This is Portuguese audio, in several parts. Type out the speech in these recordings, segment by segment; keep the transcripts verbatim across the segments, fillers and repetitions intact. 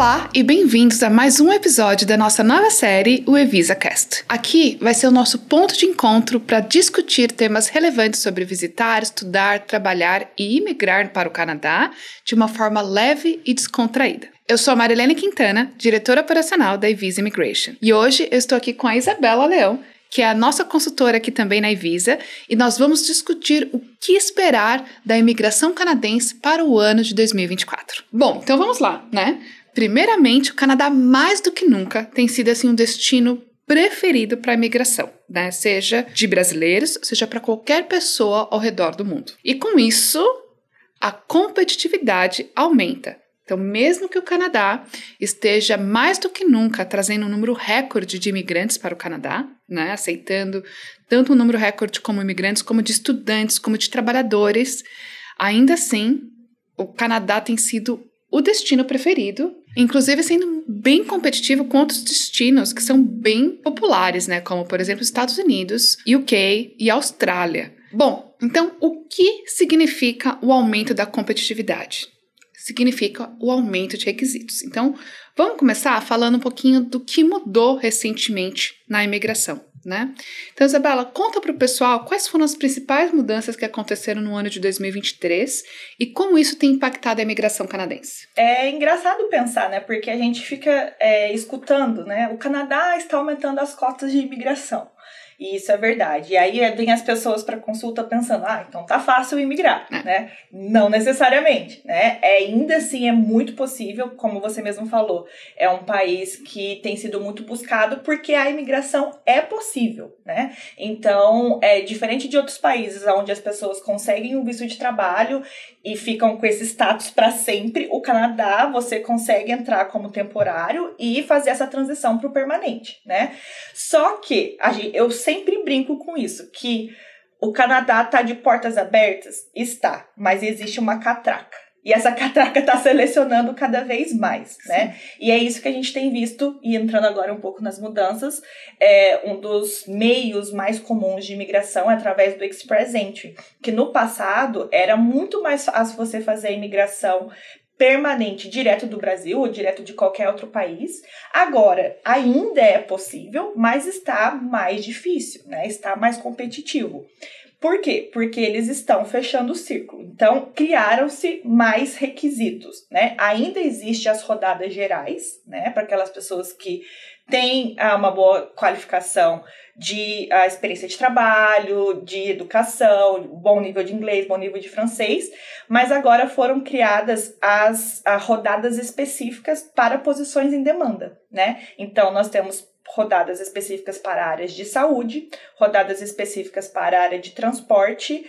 Olá e bem-vindos a mais um episódio da nossa nova série, o EvisaCast. Aqui vai ser o nosso ponto de encontro para discutir temas relevantes sobre visitar, estudar, trabalhar e imigrar para o Canadá de uma forma leve e descontraída. Eu sou a Marilene Quintana, diretora operacional da Evisa Immigration. E hoje eu estou aqui com a Isabela Leão, que é a nossa consultora aqui também na Evisa, e nós vamos discutir o que esperar da imigração canadense para o ano de dois mil e vinte e quatro. Bom, então vamos lá, né? Primeiramente, o Canadá mais do que nunca tem sido assim um destino preferido para a imigração, né? Seja de brasileiros, seja para qualquer pessoa ao redor do mundo. E com isso, a competitividade aumenta. Então, mesmo que o Canadá esteja mais do que nunca trazendo um número recorde de imigrantes para o Canadá, né, aceitando tanto um número recorde como imigrantes, como de estudantes, como de trabalhadores, ainda assim, o Canadá tem sido o destino preferido, inclusive sendo bem competitivo com outros destinos que são bem populares, né, como, por exemplo, Estados Unidos, U K e Austrália. Bom, então, o que significa o aumento da competitividade? Significa o aumento de requisitos. Então, vamos começar falando um pouquinho do que mudou recentemente na imigração, né? Então, Isabela, conta para o pessoal quais foram as principais mudanças que aconteceram no ano de dois mil e vinte e três e como isso tem impactado a imigração canadense. É engraçado pensar, né? Porque a gente fica é, escutando, né? O Canadá está aumentando as cotas de imigração. E isso é verdade. E aí vem as pessoas para consulta pensando, ah, então tá fácil imigrar, é. né? Não necessariamente, né? É, ainda assim é muito possível, como você mesmo falou, é um país que tem sido muito buscado porque a imigração é possível, né? Então, é diferente de outros países onde as pessoas conseguem um visto de trabalho e ficam com esse status para sempre, o Canadá você consegue entrar como temporário e fazer essa transição para o permanente, né? Só que a gente, eu sempre brinco com isso, que o Canadá está de portas abertas? Está, mas existe uma catraca. E essa catraca está selecionando cada vez mais, né? E é isso que a gente tem visto, e entrando agora um pouco nas mudanças, é um dos meios mais comuns de imigração é através do Express Entry, que no passado era muito mais fácil você fazer a imigração permanente direto do Brasil ou direto de qualquer outro país. Agora, ainda é possível, mas está mais difícil, né? Está mais competitivo. Por quê? Porque eles estão fechando o círculo. Então, criaram-se mais requisitos, né? Ainda existem as rodadas gerais, né? Para aquelas pessoas que têm ah, uma boa qualificação de ah, experiência de trabalho, de educação, bom nível de inglês, bom nível de francês, mas agora foram criadas as ah, rodadas específicas para posições em demanda, né? Então, nós temos rodadas específicas para áreas de saúde, rodadas específicas para a área de transporte,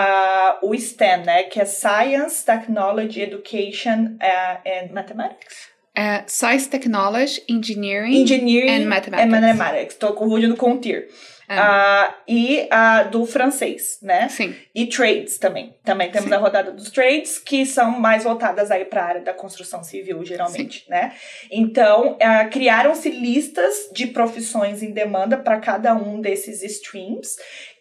uh, o STEM, né, que é Science, Technology, Education uh, and Mathematics. Uh, Science, Technology, Engineering, Engineering and Mathematics. And Mathematics. Estou confundindo com o T I R. Uh, e uh, do francês, né? Sim. E trades também. Também temos Sim. a rodada dos trades, que são mais voltadas aí para a área da construção civil, geralmente, Sim. né? Então, uh, criaram-se listas de profissões em demanda para cada um desses streams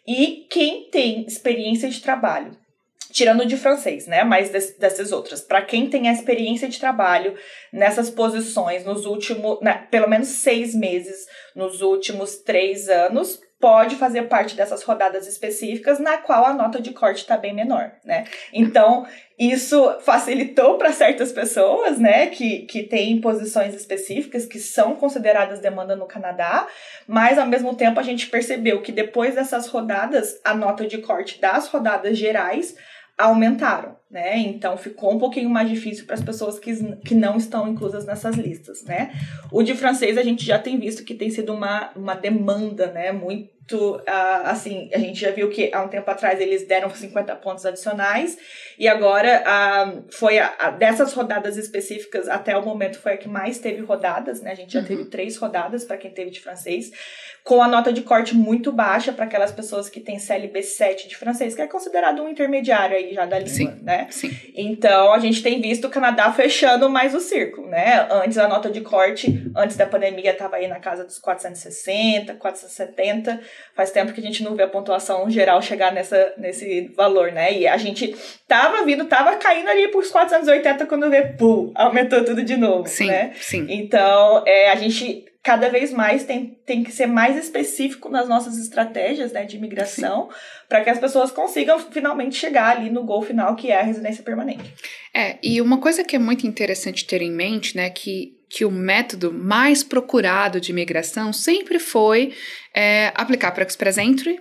e quem tem experiência de trabalho, tirando de francês, né? Mas des, dessas outras. Para quem tem a experiência de trabalho nessas posições nos últimos, né, pelo menos seis meses, nos últimos três anos, pode fazer parte dessas rodadas específicas, na qual a nota de corte está bem menor, né? Então, isso facilitou para certas pessoas, né, que, que têm posições específicas, que são consideradas demanda no Canadá, mas, ao mesmo tempo, a gente percebeu que depois dessas rodadas, a nota de corte das rodadas gerais aumentaram, né? Então, ficou um pouquinho mais difícil para as pessoas que, que não estão inclusas nessas listas, né? O de francês, a gente já tem visto que tem sido uma, uma demanda, né? Muito, uh, assim, a gente já viu que há um tempo atrás eles deram cinquenta pontos adicionais e agora uh, foi a, a, dessas rodadas específicas, até o momento foi a que mais teve rodadas, né? A gente já uhum. teve três rodadas para quem teve de francês, com a nota de corte muito baixa para aquelas pessoas que têm C L B sete de francês, que é considerado um intermediário aí já da língua, Sim. né? né? Sim. Então, a gente tem visto o Canadá fechando mais o círculo, né? Antes, a nota de corte, antes da pandemia, estava aí na casa dos quatrocentos e sessenta, quatrocentos e setenta. Faz tempo que a gente não vê a pontuação geral chegar nessa, nesse valor, né? E a gente tava vindo, tava caindo ali por quatrocentos e oitenta quando vê, pum, aumentou tudo de novo, sim, né? Sim. Então, é, a gente cada vez mais tem, tem que ser mais específico nas nossas estratégias, né, de imigração, para que as pessoas consigam finalmente chegar ali no goal final, que é a residência permanente. É, e uma coisa que é muito interessante ter em mente, né, que, que o método mais procurado de imigração sempre foi é, aplicar para o Express Entry,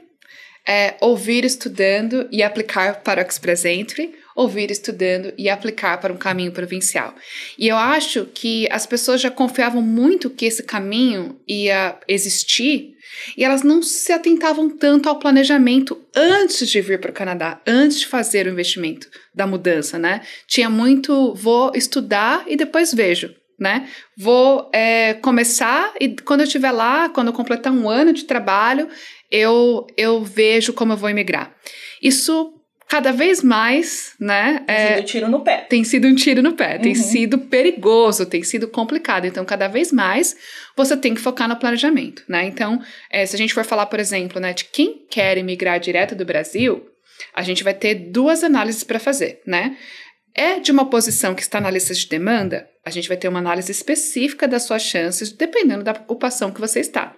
é, ouvir estudando e aplicar para o Express Entry, ouvir estudando e aplicar para um caminho provincial. E eu acho que as pessoas já confiavam muito que esse caminho ia existir e elas não se atentavam tanto ao planejamento antes de vir para o Canadá, antes de fazer o investimento da mudança, né? Tinha muito, vou estudar e depois vejo, né? Vou é, começar e quando eu estiver lá, quando eu completar um ano de trabalho, eu, eu vejo como eu vou emigrar. Isso cada vez mais, né? Tem sido um tiro no pé. Tem sido um tiro no pé, uhum. tem sido perigoso, tem sido complicado. Então, cada vez mais, você tem que focar no planejamento, né? Então, é, se a gente for falar, por exemplo, né, de quem quer emigrar direto do Brasil, a gente vai ter duas análises para fazer, né? É de uma posição que está na lista de demanda, a gente vai ter uma análise específica das suas chances, dependendo da ocupação que você está.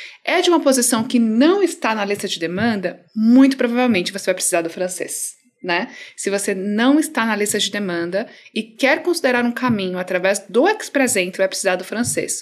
É de uma posição que não está na lista de demanda, muito provavelmente você vai precisar do francês, né? Se você não está na lista de demanda e quer considerar um caminho através do Express Entry, vai precisar do francês.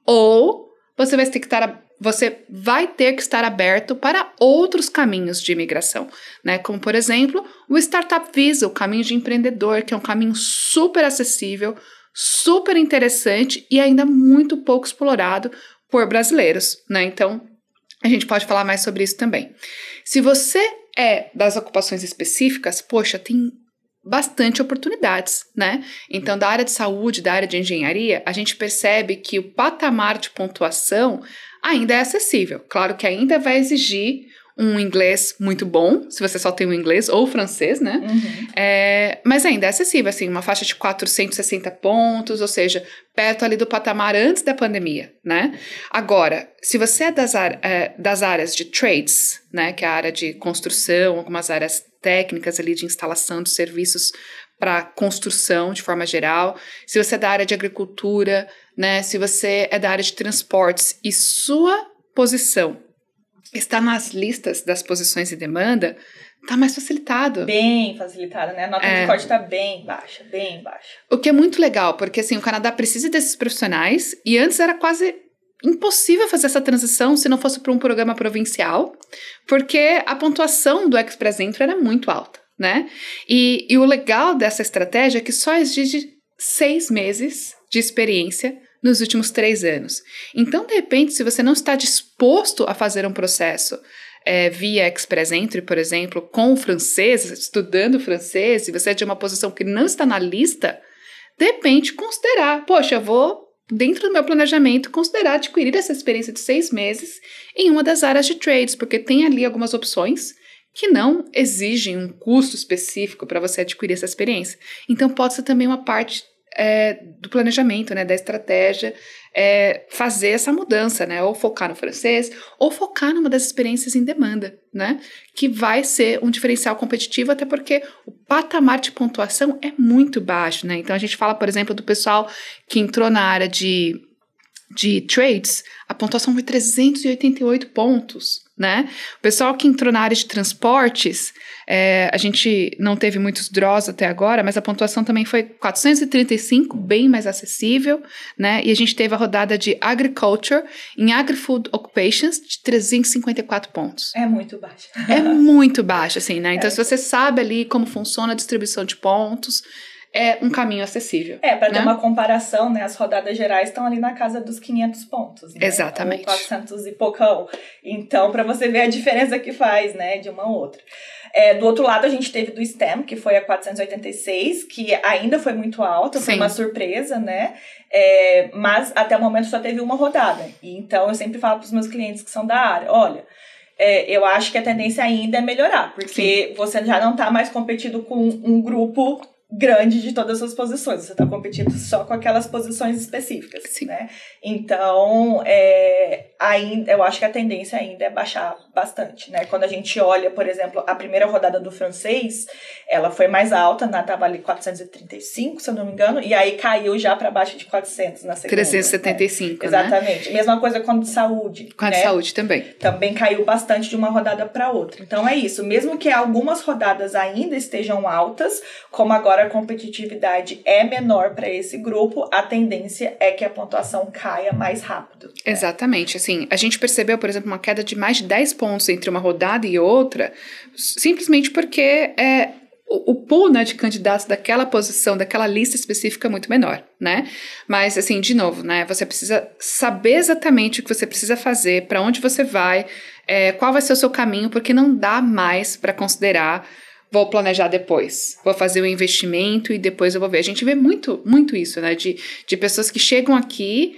Ou você vai ter que estar, você vai ter que estar aberto para outros caminhos de imigração, né? Como, por exemplo, o Startup Visa, o caminho de empreendedor, que é um caminho super acessível, super interessante e ainda muito pouco explorado por brasileiros, né? Então, a gente pode falar mais sobre isso também. Se você é das ocupações específicas, poxa, tem bastante oportunidades, né? Então, da área de saúde, da área de engenharia, a gente percebe que o patamar de pontuação ainda é acessível. Claro que ainda vai exigir um inglês muito bom, se você só tem o inglês ou o francês, né? Uhum. É, mas ainda é acessível, assim, uma faixa de quatrocentos e sessenta pontos, ou seja, perto ali do patamar antes da pandemia, né? Agora, se você é das, é, das áreas de trades, né, que é a área de construção, algumas áreas técnicas ali de instalação de serviços para construção de forma geral, se você é da área de agricultura, né, se você é da área de transportes e sua posição está nas listas das posições em demanda, está mais facilitado. Bem facilitado, né? A nota é. de corte está bem baixa, bem baixa. O que é muito legal, porque assim, o Canadá precisa desses profissionais e antes era quase impossível fazer essa transição se não fosse para um programa provincial, porque a pontuação do Express Entry era muito alta, né? E, e o legal dessa estratégia é que só exige seis meses de experiência nos últimos três anos. Então, de repente, se você não está disposto a fazer um processo é, via Express Entry, por exemplo, com o francês, estudando francês, e você é de uma posição que não está na lista, de repente, considerar, poxa, eu vou, dentro do meu planejamento, considerar adquirir essa experiência de seis meses em uma das áreas de trades, porque tem ali algumas opções que não exigem um custo específico para você adquirir essa experiência. Então, pode ser também uma parte É, do planejamento, né, da estratégia, é, fazer essa mudança, né, ou focar no francês, ou focar numa das experiências em demanda, né, que vai ser um diferencial competitivo, até porque o patamar de pontuação é muito baixo, né, então a gente fala, por exemplo, do pessoal que entrou na área de, de trades, a pontuação foi trezentos e oitenta e oito pontos, né, o pessoal que entrou na área de transportes, é, a gente não teve muitos draws até agora, mas a pontuação também foi quatrocentos e trinta e cinco, bem mais acessível, né? E a gente teve a rodada de Agriculture em Agri-Food Occupations de trezentos e cinquenta e quatro pontos. É muito baixo. É muito baixo, assim, né? Então, é. se você sabe ali como funciona a distribuição de pontos, é um caminho acessível. É, para né? ter uma comparação, né, as rodadas gerais estão ali na casa dos quinhentos pontos, né? Exatamente. Ou quatrocentos e poucão. Então, para você ver a diferença que faz, né, de uma a outra. É, do outro lado, a gente teve do S T E M, que foi a quatrocentos e oitenta e seis, que ainda foi muito alta, Sim. foi uma surpresa, né? É, mas até o momento só teve uma rodada. E, então, eu sempre falo para os meus clientes que são da área, olha, é, eu acho que a tendência ainda é melhorar, porque Sim. você já não está mais competindo com um grupo grande de todas as posições, você está competindo só com aquelas posições específicas, Sim. né? Então, é, ainda, eu acho que a tendência ainda é baixar bastante, né? Quando a gente olha, por exemplo, a primeira rodada do francês, ela foi mais alta, né? Tava ali quatrocentos e trinta e cinco, se eu não me engano, e aí caiu já para baixo de quatrocentos na segunda. trezentos e setenta e cinco, né? Exatamente. Né? Mesma coisa com a de saúde. Com a de né? saúde também. Também caiu bastante de uma rodada para outra. Então é isso, mesmo que algumas rodadas ainda estejam altas, como agora a competitividade é menor para esse grupo, a tendência é que a pontuação caia mais rápido. Né? Exatamente. Assim, a gente percebeu, por exemplo, uma queda de mais de dez pontos entre uma rodada e outra, simplesmente porque é, o, o pool, né, de candidatos daquela posição, daquela lista específica é muito menor, né? Mas, assim, de novo, né, você precisa saber exatamente o que você precisa fazer, para onde você vai, é, qual vai ser o seu caminho, porque não dá mais para considerar vou planejar depois, vou fazer o investimento e depois eu vou ver. A gente vê muito, muito isso, né, de, de pessoas que chegam aqui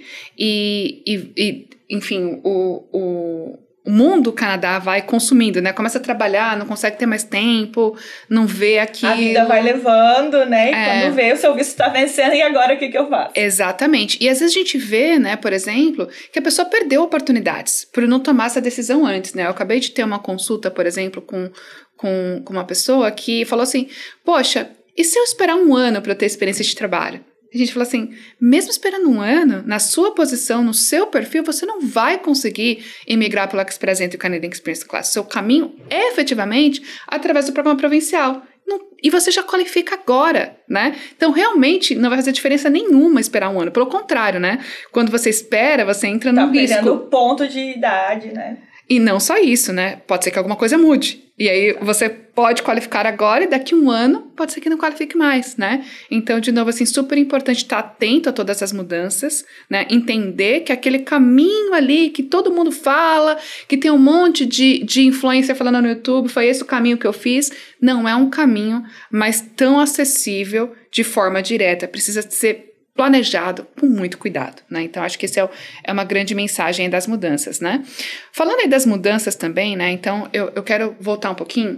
e, e, e enfim, o, o, o mundo do Canadá vai consumindo, né, começa a trabalhar, não consegue ter mais tempo, não vê aquilo. A vida vai levando, né, e é... quando vê, o seu visto está vencendo e agora o que, que eu faço? Exatamente. E às vezes a gente vê, né, por exemplo, que a pessoa perdeu oportunidades por não tomar essa decisão antes, né. Eu acabei de ter uma consulta, por exemplo, com Com, com uma pessoa que falou assim, poxa, e se eu esperar um ano para ter experiência de trabalho? A gente falou assim, mesmo esperando um ano, na sua posição, no seu perfil, você não vai conseguir emigrar pelo Express Entry Canadian Experience Class. Seu caminho é efetivamente através do programa provincial. Não, e você já qualifica agora, né? Então, realmente, não vai fazer diferença nenhuma esperar um ano. Pelo contrário, né? Quando você espera, você entra tá no risco. Tá perdendo o ponto de idade, né? E não só isso, né? Pode ser que alguma coisa mude. E aí você pode qualificar agora e daqui a um ano pode ser que não qualifique mais, né? Então, de novo, assim, super importante estar atento a todas essas mudanças, né? Entender que aquele caminho ali que todo mundo fala, que tem um monte de, de influencer falando no YouTube, foi esse o caminho que eu fiz, não é um caminho mais tão acessível de forma direta. Precisa ser planejado com muito cuidado, né? Então, acho que esse é, o, é uma grande mensagem das mudanças, né? Falando aí das mudanças também, né? Então, eu, eu quero voltar um pouquinho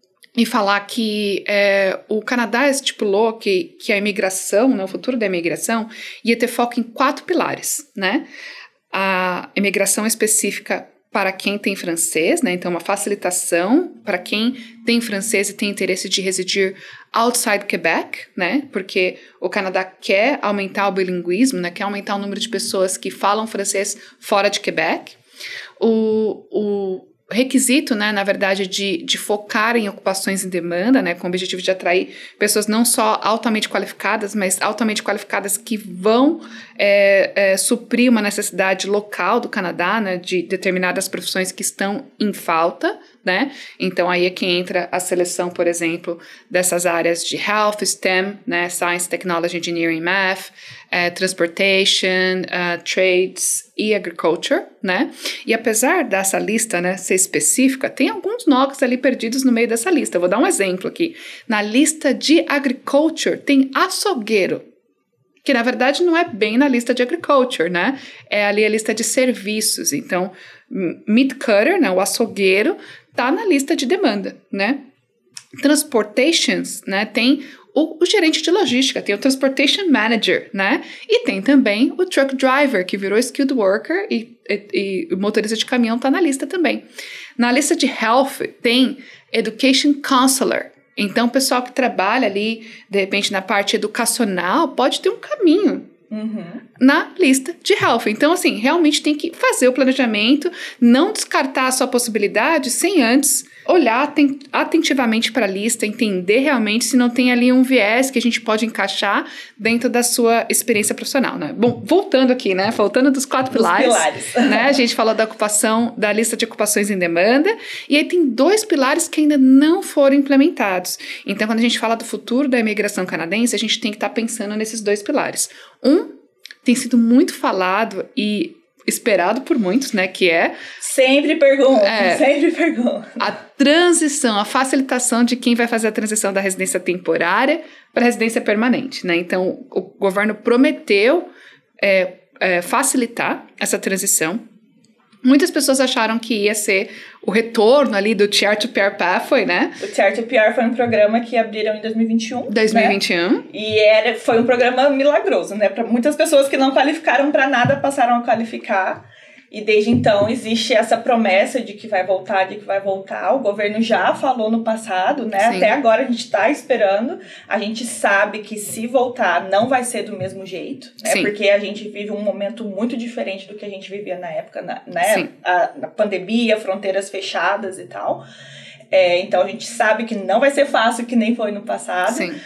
e falar que é, o Canadá estipulou que, que a imigração, né, o futuro da imigração, ia ter foco em quatro pilares, né? A imigração específica para quem tem francês, né? Então, uma facilitação para quem tem francês e tem interesse de residir outside Quebec, né? Porque o Canadá quer aumentar o bilinguismo, né? Quer aumentar o número de pessoas que falam francês fora de Quebec. O, o requisito, né, na verdade, de, de focar em ocupações em demanda, né, com o objetivo de atrair pessoas não só altamente qualificadas, mas altamente qualificadas que vão é, é, suprir uma necessidade local do Canadá, né, de determinadas profissões que estão em falta, né, então aí é que entra a seleção, por exemplo, dessas áreas de Health, STEM, né, Science, Technology, Engineering, Math, é, Transportation, uh, Trades e Agriculture, né, e apesar dessa lista, né, ser específica, tem alguns nomes ali perdidos no meio dessa lista. Eu vou dar um exemplo aqui. Na lista de Agriculture tem açougueiro, que na verdade não é bem na lista de Agriculture, né? É ali a lista de serviços. Então, meat cutter, né, o açougueiro, tá na lista de demanda, né? Transportations, né, tem o, o gerente de logística, tem o Transportation Manager, né? E tem também o Truck Driver, que virou Skilled Worker e, e, e o motorista de caminhão tá na lista também. Na lista de Health tem Education Counselor. Então, o pessoal que trabalha ali, de repente, na parte educacional, pode ter um caminho uhum. na lista de Health. Então, assim, realmente tem que fazer o planejamento, não descartar a sua possibilidade sem antes olhar atentivamente para a lista, entender realmente se não tem ali um viés que a gente pode encaixar dentro da sua experiência profissional, né? Bom, voltando aqui, né? Faltando dos quatro dos pilares, pilares. Né? A gente falou da ocupação, da lista de ocupações em demanda, e aí tem dois pilares que ainda não foram implementados. Então, quando a gente fala do futuro da imigração canadense, a gente tem que estar tá pensando nesses dois pilares. Um, tem sido muito falado e esperado por muitos, né, que é... Sempre pergunto, é, sempre pergunto. A transição, a facilitação de quem vai fazer a transição da residência temporária para a residência permanente, né? Então, o governo prometeu é, é, facilitar essa transição. Muitas pessoas acharam que ia ser o retorno ali do T R to P R Pathway, né? O T R to P R foi um programa que abriram em dois mil e vinte e um. dois mil e vinte e um. Né? E era, foi um programa milagroso, né? Para muitas pessoas que não qualificaram para nada passaram a qualificar. E desde então existe essa promessa de que vai voltar, de que vai voltar. O governo já falou no passado, né? Sim. Até agora a gente está esperando. A gente sabe que se voltar não vai ser do mesmo jeito, né? Sim. Porque a gente vive um momento muito diferente do que a gente vivia na época, na, né? A, na pandemia, fronteiras fechadas e tal. É, então a gente sabe que não vai ser fácil, que nem foi no passado. Sim.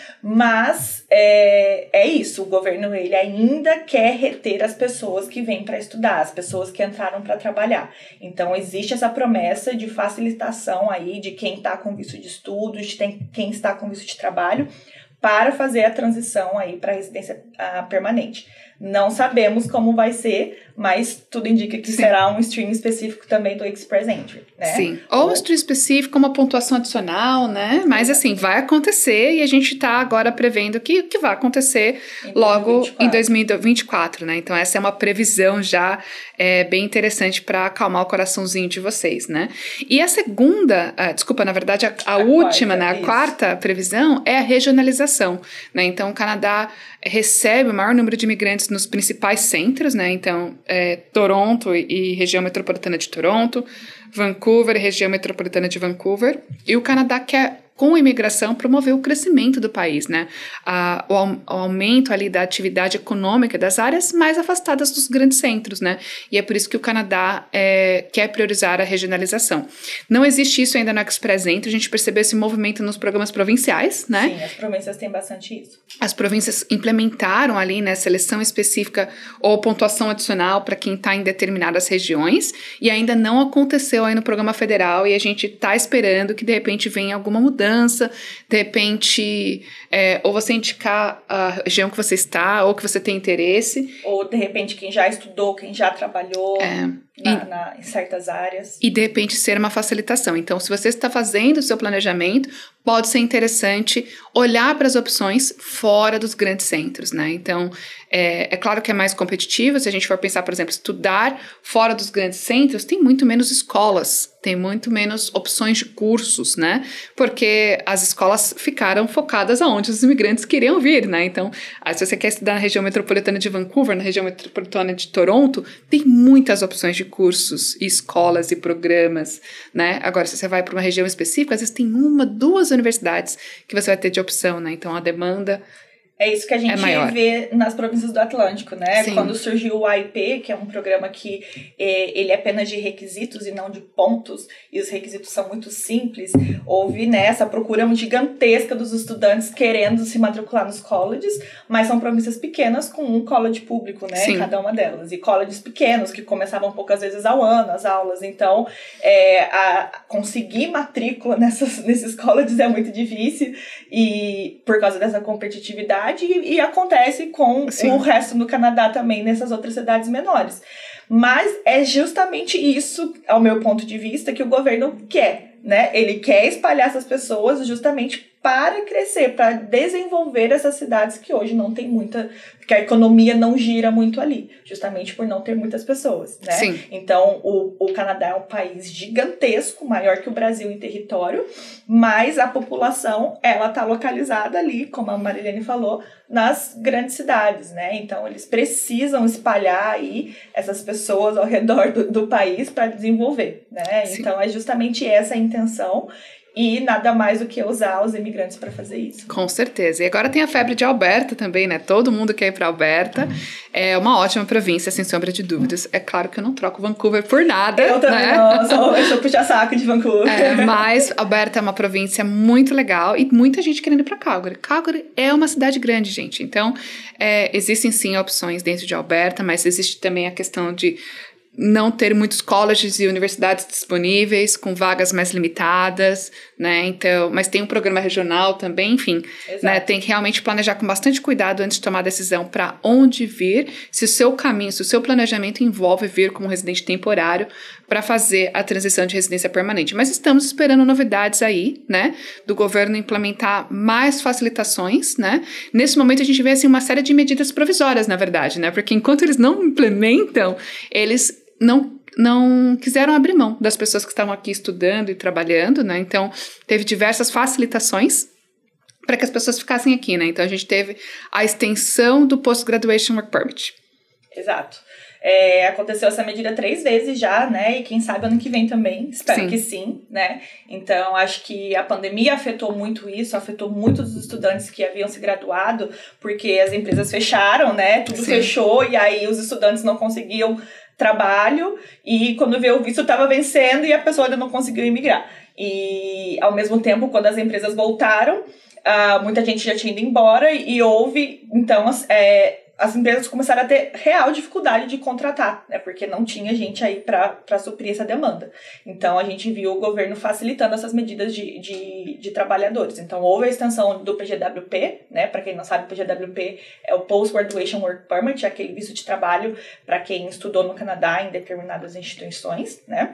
Mas é, é isso, o governo ele ainda quer reter as pessoas que vêm para estudar, as pessoas que entraram para trabalhar. Então existe essa promessa de facilitação aí de quem está com visto de estudos, de tem, quem está com visto de trabalho, para fazer a transição aí para residência a, permanente. Não sabemos como vai ser, mas tudo indica que Sim. será um stream específico também do Express Entry, né? Sim, ou um stream específico, uma pontuação adicional, né? Mas assim, vai acontecer e a gente tá agora prevendo que, que vai acontecer em logo em dois mil e vinte e quatro, né? Então essa é uma previsão já é, bem interessante para acalmar o coraçãozinho de vocês, né? E a segunda, ah, desculpa, na verdade a, a, a última, quarta, né? A isso. quarta previsão é a regionalização, né? Então o Canadá recebe o maior número de imigrantes nos principais centros, né? Então, é, Toronto e região metropolitana de Toronto, Vancouver e região metropolitana de Vancouver. E o Canadá quer, com a imigração, promover o crescimento do país, né? A, o, o aumento ali da atividade econômica das áreas mais afastadas dos grandes centros, né? E é por isso que o Canadá é, quer priorizar a regionalização. Não existe isso ainda no Express Entry, a gente percebeu esse movimento nos programas provinciais, né? Sim, as províncias têm bastante isso. As províncias implementaram ali, né, seleção específica ou pontuação adicional para quem está em determinadas regiões, e ainda não aconteceu aí no programa federal, e a gente está esperando que de repente venha alguma mudança, de repente, é, ou você indicar a região que você está, ou que você tem interesse. Ou de repente quem já estudou, quem já trabalhou é, na, e, na, em certas áreas. E de repente ser uma facilitação. Então, se você está fazendo o seu planejamento, pode ser interessante olhar para as opções fora dos grandes centros, né? Então, é, é claro que é mais competitivo. Se a gente for pensar, por exemplo, estudar fora dos grandes centros, tem muito menos escolas, tem muito menos opções de cursos, né? Porque as escolas ficaram focadas aonde os imigrantes queriam vir, né? Então, se você quer estudar na região metropolitana de Vancouver, na região metropolitana de Toronto, tem muitas opções de cursos, e escolas e programas, né? Agora, se você vai para uma região específica, às vezes tem uma, duas universidades que você vai ter de opção, né? Então, a demanda é isso que a gente é vê nas províncias do Atlântico, né? Sim. Quando surgiu o A I P, que é um programa que é, ele é apenas de requisitos e não de pontos, e os requisitos são muito simples, houve né, essa procura gigantesca dos estudantes querendo se matricular nos colleges, mas são províncias pequenas com um college público, né? Sim. Em cada uma delas. E colleges pequenos, que começavam poucas vezes ao ano, as aulas. Então, é, a, conseguir matrícula nessas, nesses colleges é muito difícil, e por causa dessa competitividade. E, e acontece com Sim. o resto do Canadá também, nessas outras cidades menores. Mas é justamente isso, ao meu ponto de vista, que o governo quer, né? Ele quer espalhar essas pessoas justamente para crescer, para desenvolver essas cidades que hoje não tem muita, que a economia não gira muito ali, justamente por não ter muitas pessoas, né? Sim. Então, o, o Canadá é um país gigantesco, maior que o Brasil em território, mas a população, ela tá localizada ali, como a Marilene falou, nas grandes cidades, né? Então, eles precisam espalhar aí essas pessoas ao redor do, do país para desenvolver, né? Sim. Então, é justamente essa a intenção. E nada mais do que usar os imigrantes para fazer isso. Com certeza. E agora tem a febre de Alberta também, né? Todo mundo quer ir para Alberta. É uma ótima província, sem sombra de dúvidas. É claro que eu não troco Vancouver por nada. Eu também né? não. Eu sou, eu sou puxa-saco de Vancouver. É, mas Alberta é uma província muito legal e muita gente querendo ir para Calgary. Calgary é uma cidade grande, gente. Então, é, existem sim opções dentro de Alberta, mas existe também a questão de não ter muitos colleges e universidades disponíveis, com vagas mais limitadas, né, então, mas tem um programa regional também, enfim, né, tem que realmente planejar com bastante cuidado antes de tomar a decisão para onde vir, se o seu caminho, se o seu planejamento envolve vir como residente temporário para fazer a transição de residência permanente. Mas estamos esperando novidades aí, né, do governo implementar mais facilitações, né, nesse momento a gente vê, assim, uma série de medidas provisórias, na verdade, né, porque enquanto eles não implementam, eles não, não quiseram abrir mão das pessoas que estavam aqui estudando e trabalhando, né? Então, teve diversas facilitações para que as pessoas ficassem aqui, né? Então, a gente teve a extensão do Post-Graduation Work Permit. Exato. É, aconteceu essa medida três vezes já, né? E quem sabe ano que vem também. Espero Sim. que sim, né? Então, acho que a pandemia afetou muito isso, afetou muitos dos estudantes que haviam se graduado, porque as empresas fecharam, né? Tudo Sim. fechou e aí os estudantes não conseguiam trabalho e quando veio o visto estava vencendo e a pessoa ainda não conseguiu imigrar. E, ao mesmo tempo, quando as empresas voltaram, uh, muita gente já tinha ido embora e houve, então, as, é, as empresas começaram a ter real dificuldade de contratar, né? Porque não tinha gente aí para suprir essa demanda. Então, a gente viu o governo facilitando essas medidas de, de, de trabalhadores. Então, houve a extensão do P G W P, né? Para quem não sabe, o P G W P é o Post Graduation Work Permit, é aquele visto de trabalho para quem estudou no Canadá em determinadas instituições, né?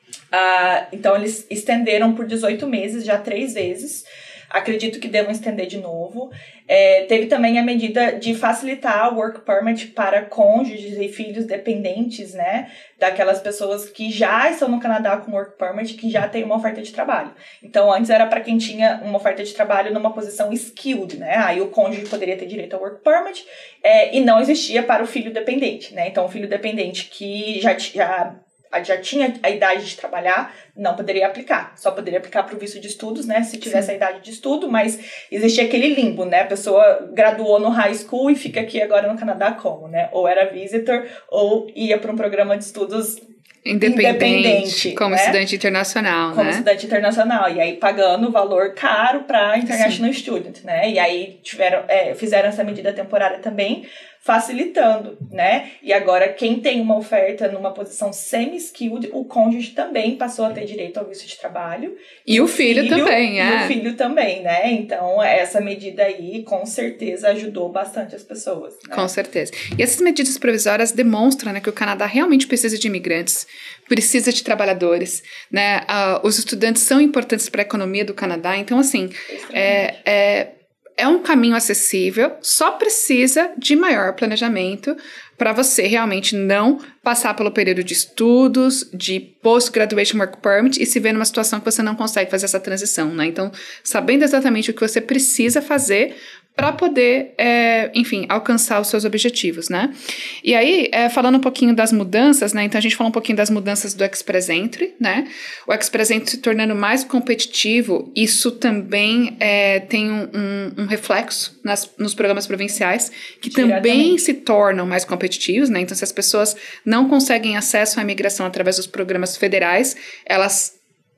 Ah, então, eles estenderam por dezoito meses, já três vezes. Acredito que devam estender de novo. É, teve também a medida de facilitar o work permit para cônjuges e filhos dependentes, né? Daquelas pessoas que já estão no Canadá com work permit, que já tem uma oferta de trabalho. Então, antes era para quem tinha uma oferta de trabalho numa posição skilled, né? Aí o cônjuge poderia ter direito ao work permit é, e não existia para o filho dependente, né? Então, o filho dependente que já já já tinha a idade de trabalhar, não poderia aplicar. Só poderia aplicar para o visto de estudos, né? Se tivesse Sim. a idade de estudo, mas existia aquele limbo, né? A pessoa graduou no high school e fica aqui agora no Canadá como, né? Ou era visitor, ou ia para um programa de estudos independente, independente como né? estudante internacional, como né? Como estudante internacional. E aí pagando valor caro para international Sim. student, né? E aí tiveram, é, fizeram essa medida temporária também, facilitando, né? E agora, quem tem uma oferta numa posição semi-skilled, o cônjuge também passou a ter direito ao visto de trabalho. E, e o filho, filho também, é. E o filho também, né? Então, essa medida aí, com certeza, ajudou bastante as pessoas. Né? Com certeza. E essas medidas provisórias demonstram, né, que o Canadá realmente precisa de imigrantes, precisa de trabalhadores, né? Uh, os estudantes são importantes para a economia do Canadá. Então, assim, é... é É um caminho acessível, só precisa de maior planejamento para você realmente não passar pelo período de estudos, de Post-Graduation Work Permit e se ver numa situação que você não consegue fazer essa transição, né? Então, sabendo exatamente o que você precisa fazer para poder, é, enfim, alcançar os seus objetivos, né? E aí, é, falando um pouquinho das mudanças, né? Então, a gente falou um pouquinho das mudanças do Express Entry, né? O Express Entry se tornando mais competitivo, isso também é, tem um, um, um reflexo nas, nos programas provinciais, que também se tornam mais competitivos, né? Então, se as pessoas não conseguem acesso à imigração através dos programas federais, elas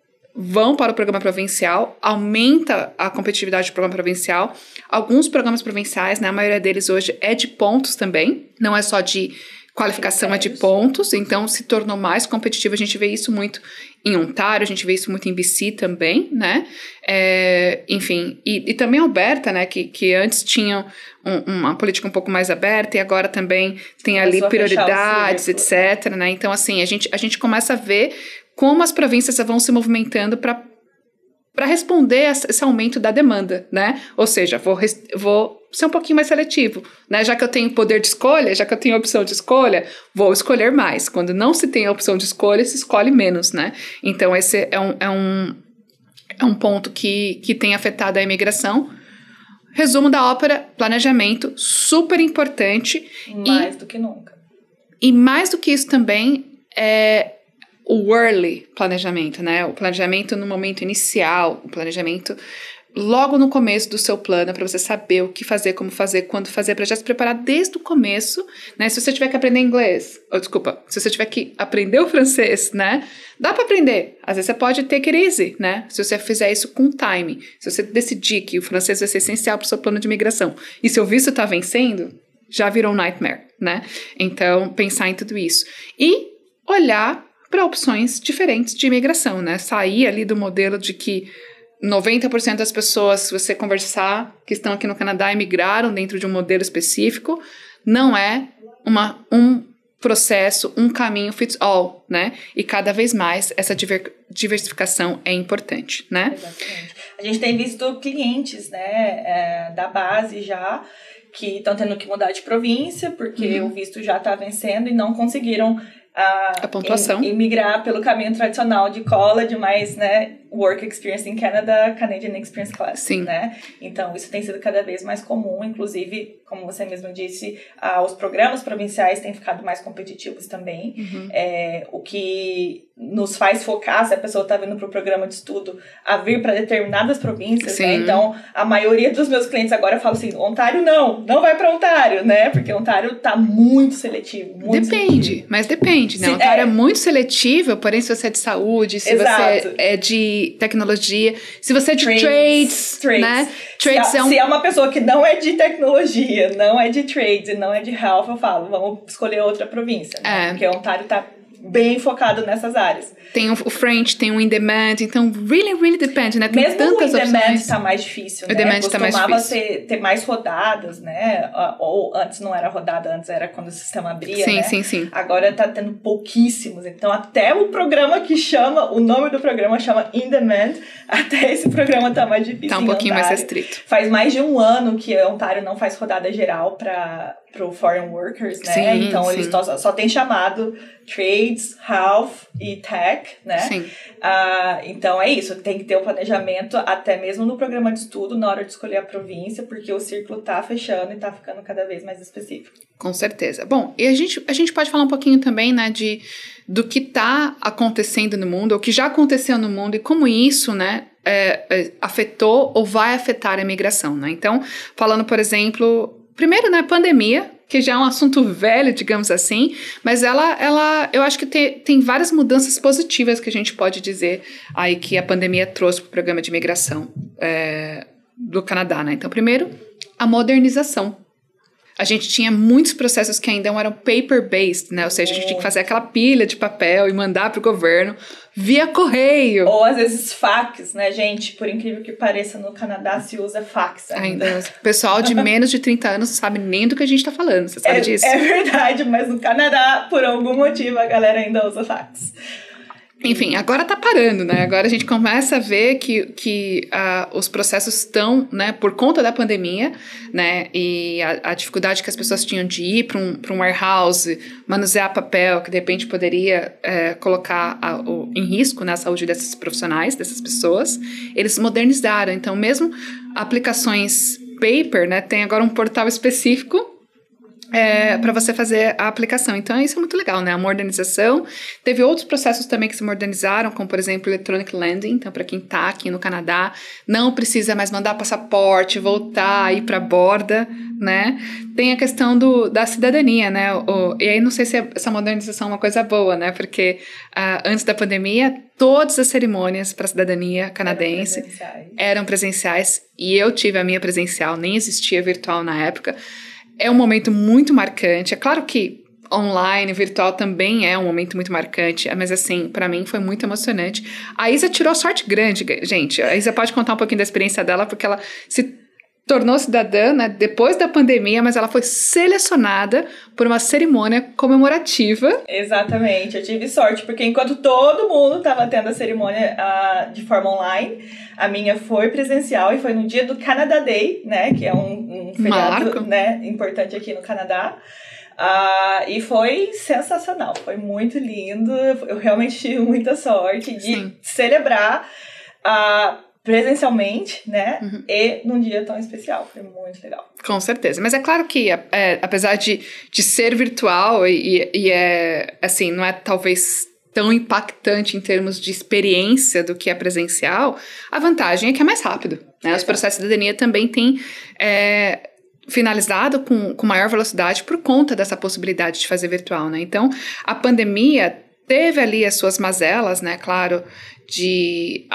vão para o programa provincial, aumenta a competitividade do programa provincial. Alguns programas provinciais, né, a maioria deles hoje é de pontos também, não é só de qualificação, é de pontos, então se tornou mais competitivo. A gente vê isso muito em Ontário, a gente vê isso muito em B C também, né, é, enfim, e, e também Alberta, né, que, que antes tinham um, uma política um pouco mais aberta e agora também tem ali prioridades, etcétera, né, então assim, a gente, a gente começa a ver como as províncias vão se movimentando para para responder a esse aumento da demanda, né? Ou seja, vou, vou ser um pouquinho mais seletivo, né? Já que eu tenho poder de escolha, já que eu tenho opção de escolha, vou escolher mais. Quando não se tem a opção de escolha, se escolhe menos, né? Então, esse é um, é um, é um ponto que, que tem afetado a imigração. Resumo da ópera, planejamento, super importante. Mais e, do que nunca. E mais do que isso também, é o early planejamento, né? O planejamento no momento inicial, o planejamento logo no começo do seu plano, para você saber o que fazer, como fazer, quando fazer, para já se preparar desde o começo, né? Se você tiver que aprender inglês, ou desculpa, se você tiver que aprender o francês, né? Dá para aprender. Às vezes você pode take it easy, né? Se você fizer isso com time, se você decidir que o francês vai ser essencial para o seu plano de imigração, e seu visto está vencendo, já virou um nightmare, né? Então, pensar em tudo isso. E olhar para opções diferentes de imigração, né? Sair ali do modelo de que noventa por cento das pessoas, se você conversar, que estão aqui no Canadá, imigraram dentro de um modelo específico, não é uma, um processo, um caminho fits all, né? E cada vez mais essa diver, diversificação é importante, né? Exatamente. A gente tem visto clientes, né, é, da base já, que estão tendo que mudar de província, porque uhum. o visto já está vencendo e não conseguiram a, a pontuação. Em, em migrar pelo caminho tradicional de college, mas, né, Work Experience in Canada, Canadian Experience Class. Sim. Né? Então, isso tem sido cada vez mais comum, inclusive, como você mesmo disse, ah, os programas provinciais têm ficado mais competitivos também, Uhum. é, o que nos faz focar, se a pessoa está vindo para o programa de estudo, a vir para determinadas províncias, né? Então, a maioria dos meus clientes agora falam assim, Ontário não, não vai para Ontário, né? Porque Ontário está muito seletivo. Muito depende, seletivo. mas depende, né? Se, Ontário é... é muito seletivo, porém se você é de saúde, se Exato. você é de tecnologia, se você é de trades, trades, trades. né? Trades se, é um... se é uma pessoa que não é de tecnologia, não é de trades e não é de health, eu falo, vamos escolher outra província, né? É. Porque Ontário está bem focado nessas áreas. Tem o French, tem o In Demand, então really, really depende, né? Tem Mesmo tantas o In Demand opções. tá mais difícil, o né? Demand tá mais Costumava difícil. Ter, ter mais rodadas, né? Ou antes não era rodada, antes era quando o sistema abria, sim, né? Sim, sim, sim. Agora tá tendo pouquíssimos. Então até o programa que chama, o nome do programa chama In Demand, até esse programa tá mais difícil. Tá um pouquinho mais restrito. Faz mais de um ano que a Ontário não faz rodada geral para pro foreign workers, né? Sim, então sim. eles só, só tem chamado trades, health e tech, né? Sim. Uh, então é isso, tem que ter o planejamento até mesmo no programa de estudo na hora de escolher a província, porque o círculo tá fechando e tá ficando cada vez mais específico. Com certeza. Bom, e a gente, a gente pode falar um pouquinho também, né, de, do que tá acontecendo no mundo, ou que já aconteceu no mundo e como isso, né, é, é, afetou ou vai afetar a imigração, né? Então, falando, por exemplo, primeiro, né, pandemia, que já é um assunto velho, digamos assim, mas ela, ela eu acho que tem, tem várias mudanças positivas que a gente pode dizer aí que a pandemia trouxe para o programa de imigração é, do Canadá, né? Então, primeiro, a modernização. A gente tinha muitos processos que ainda eram paper-based, né? Ou seja, a gente tinha que fazer aquela pilha de papel e mandar para o governo via correio. Ou às vezes fax, né, gente? Por incrível que pareça, no Canadá se usa fax ainda. ainda o pessoal de menos de trinta anos não sabe nem do que a gente está falando, você sabe é, disso? É verdade, mas no Canadá, por algum motivo, a galera ainda usa fax. Enfim, agora tá parando, né? Agora a gente começa a ver que, que uh, os processos estão, né, por conta da pandemia, né, e a, a dificuldade que as pessoas tinham de ir para um, para um warehouse, manusear papel, que de repente poderia é, colocar a, o, em risco, né, a saúde desses profissionais, dessas pessoas, eles modernizaram. Então, mesmo aplicações paper, né, tem agora um portal específico É, para você fazer a aplicação. Então, isso é muito legal, né? A modernização. Teve outros processos também que se modernizaram, como, por exemplo, Electronic Landing. Então, para quem está aqui no Canadá, não precisa mais mandar passaporte, voltar, ir para a borda, né? Tem a questão do, da cidadania, né? O, e aí, não sei se essa modernização é uma coisa boa, né? Porque uh, antes da pandemia, todas as cerimônias para a cidadania canadense eram presenciais. eram presenciais. E eu tive a minha presencial, nem existia virtual na época. É um momento muito marcante. É claro que online, virtual também é um momento muito marcante, mas assim, pra mim foi muito emocionante. A Isa tirou sorte grande, gente. A Isa pode contar um pouquinho da experiência dela, porque ela se tornou cidadã, né, depois da pandemia, mas ela foi selecionada por uma cerimônia comemorativa. Exatamente, eu tive sorte, porque enquanto todo mundo estava tendo a cerimônia uh, de forma online, a minha foi presencial e foi no dia do Canada Day, né, que é um, um feriado, né, importante aqui no Canadá. Uh, e foi sensacional, foi muito lindo, eu realmente tive muita sorte de Sim. celebrar a uh, presencialmente, né? Uhum. E num dia tão especial. Foi muito legal. Com certeza. Mas é claro que, é, apesar de, de ser virtual e, e é, assim, não é talvez tão impactante em termos de experiência do que é presencial, a vantagem é que é mais rápido, né? É. Os processos de cidadania também têm é, finalizado com, com maior velocidade por conta dessa possibilidade de fazer virtual, né? Então, a pandemia teve ali as suas mazelas, né? Claro, de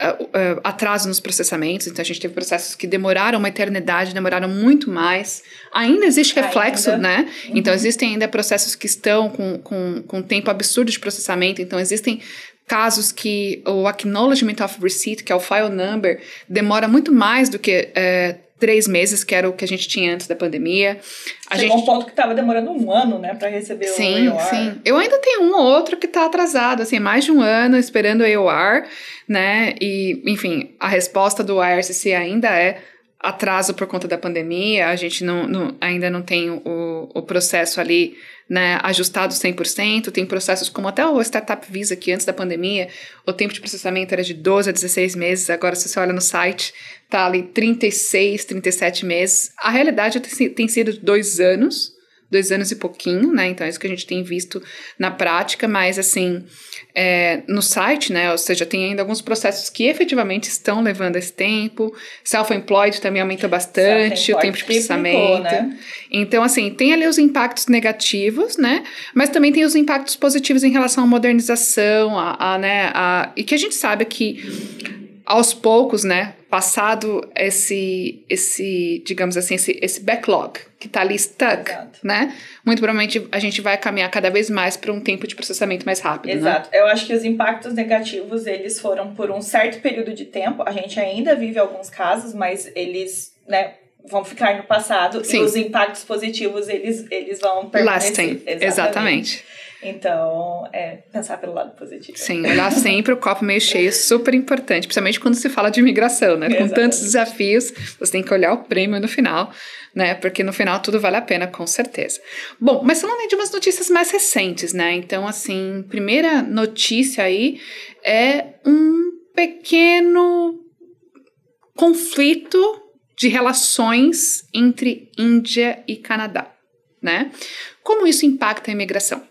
atraso nos processamentos, então a gente teve processos que demoraram uma eternidade, demoraram muito mais, ainda existe reflexo, ainda. né? Uhum. Então existem ainda processos que estão com, com, com tempo absurdo de processamento, então existem casos que o acknowledgement of receipt, que é o file number, demora muito mais do que é, três meses, que era o que a gente tinha antes da pandemia. A Chegou gente... um ponto que estava demorando um ano, né, para receber sim, o A O R. Sim, sim. Eu ainda tenho um ou outro que está atrasado, assim, mais de um ano esperando o A O R, né, e, enfim, a resposta do I R C C ainda é atraso por conta da pandemia, a gente não, não, ainda não tem o, o processo ali, né, ajustado cem por cento, tem processos como até o Startup Visa, que antes da pandemia, o tempo de processamento era de doze a dezesseis meses, agora se você olha no site, tá ali trinta e seis, trinta e sete meses, a realidade tem, tem sido dois anos, dois anos e pouquinho, né, então é isso que a gente tem visto na prática, mas assim, é, no site, né, ou seja, tem ainda alguns processos que efetivamente estão levando esse tempo, self-employed também aumenta bastante o tempo de processamento, né? Então assim, tem ali os impactos negativos, né, mas também tem os impactos positivos em relação à modernização, a, a, né, a, e que a gente sabe que aos poucos, né, passado esse, esse digamos assim, esse, esse backlog que está ali stuck, Exato. Né, muito provavelmente a gente vai caminhar cada vez mais para um tempo de processamento mais rápido, Exato. Né? Eu acho que os impactos negativos, eles foram por um certo período de tempo, a gente ainda vive alguns casos, mas eles, né, vão ficar no passado. Sim. E os impactos positivos, eles, eles vão permanecer. Lasting, exatamente. exatamente. Então, é pensar pelo lado positivo. Sim, olhar sempre o copo meio cheio, super importante, principalmente quando se fala de imigração, né? Com Exatamente. Tantos desafios, você tem que olhar o prêmio no final, né? Porque no final tudo vale a pena, com certeza. Bom, mas falando de umas notícias mais recentes, né? Então, assim, primeira notícia aí é um pequeno conflito de relações entre Índia e Canadá, né? Como isso impacta a imigração?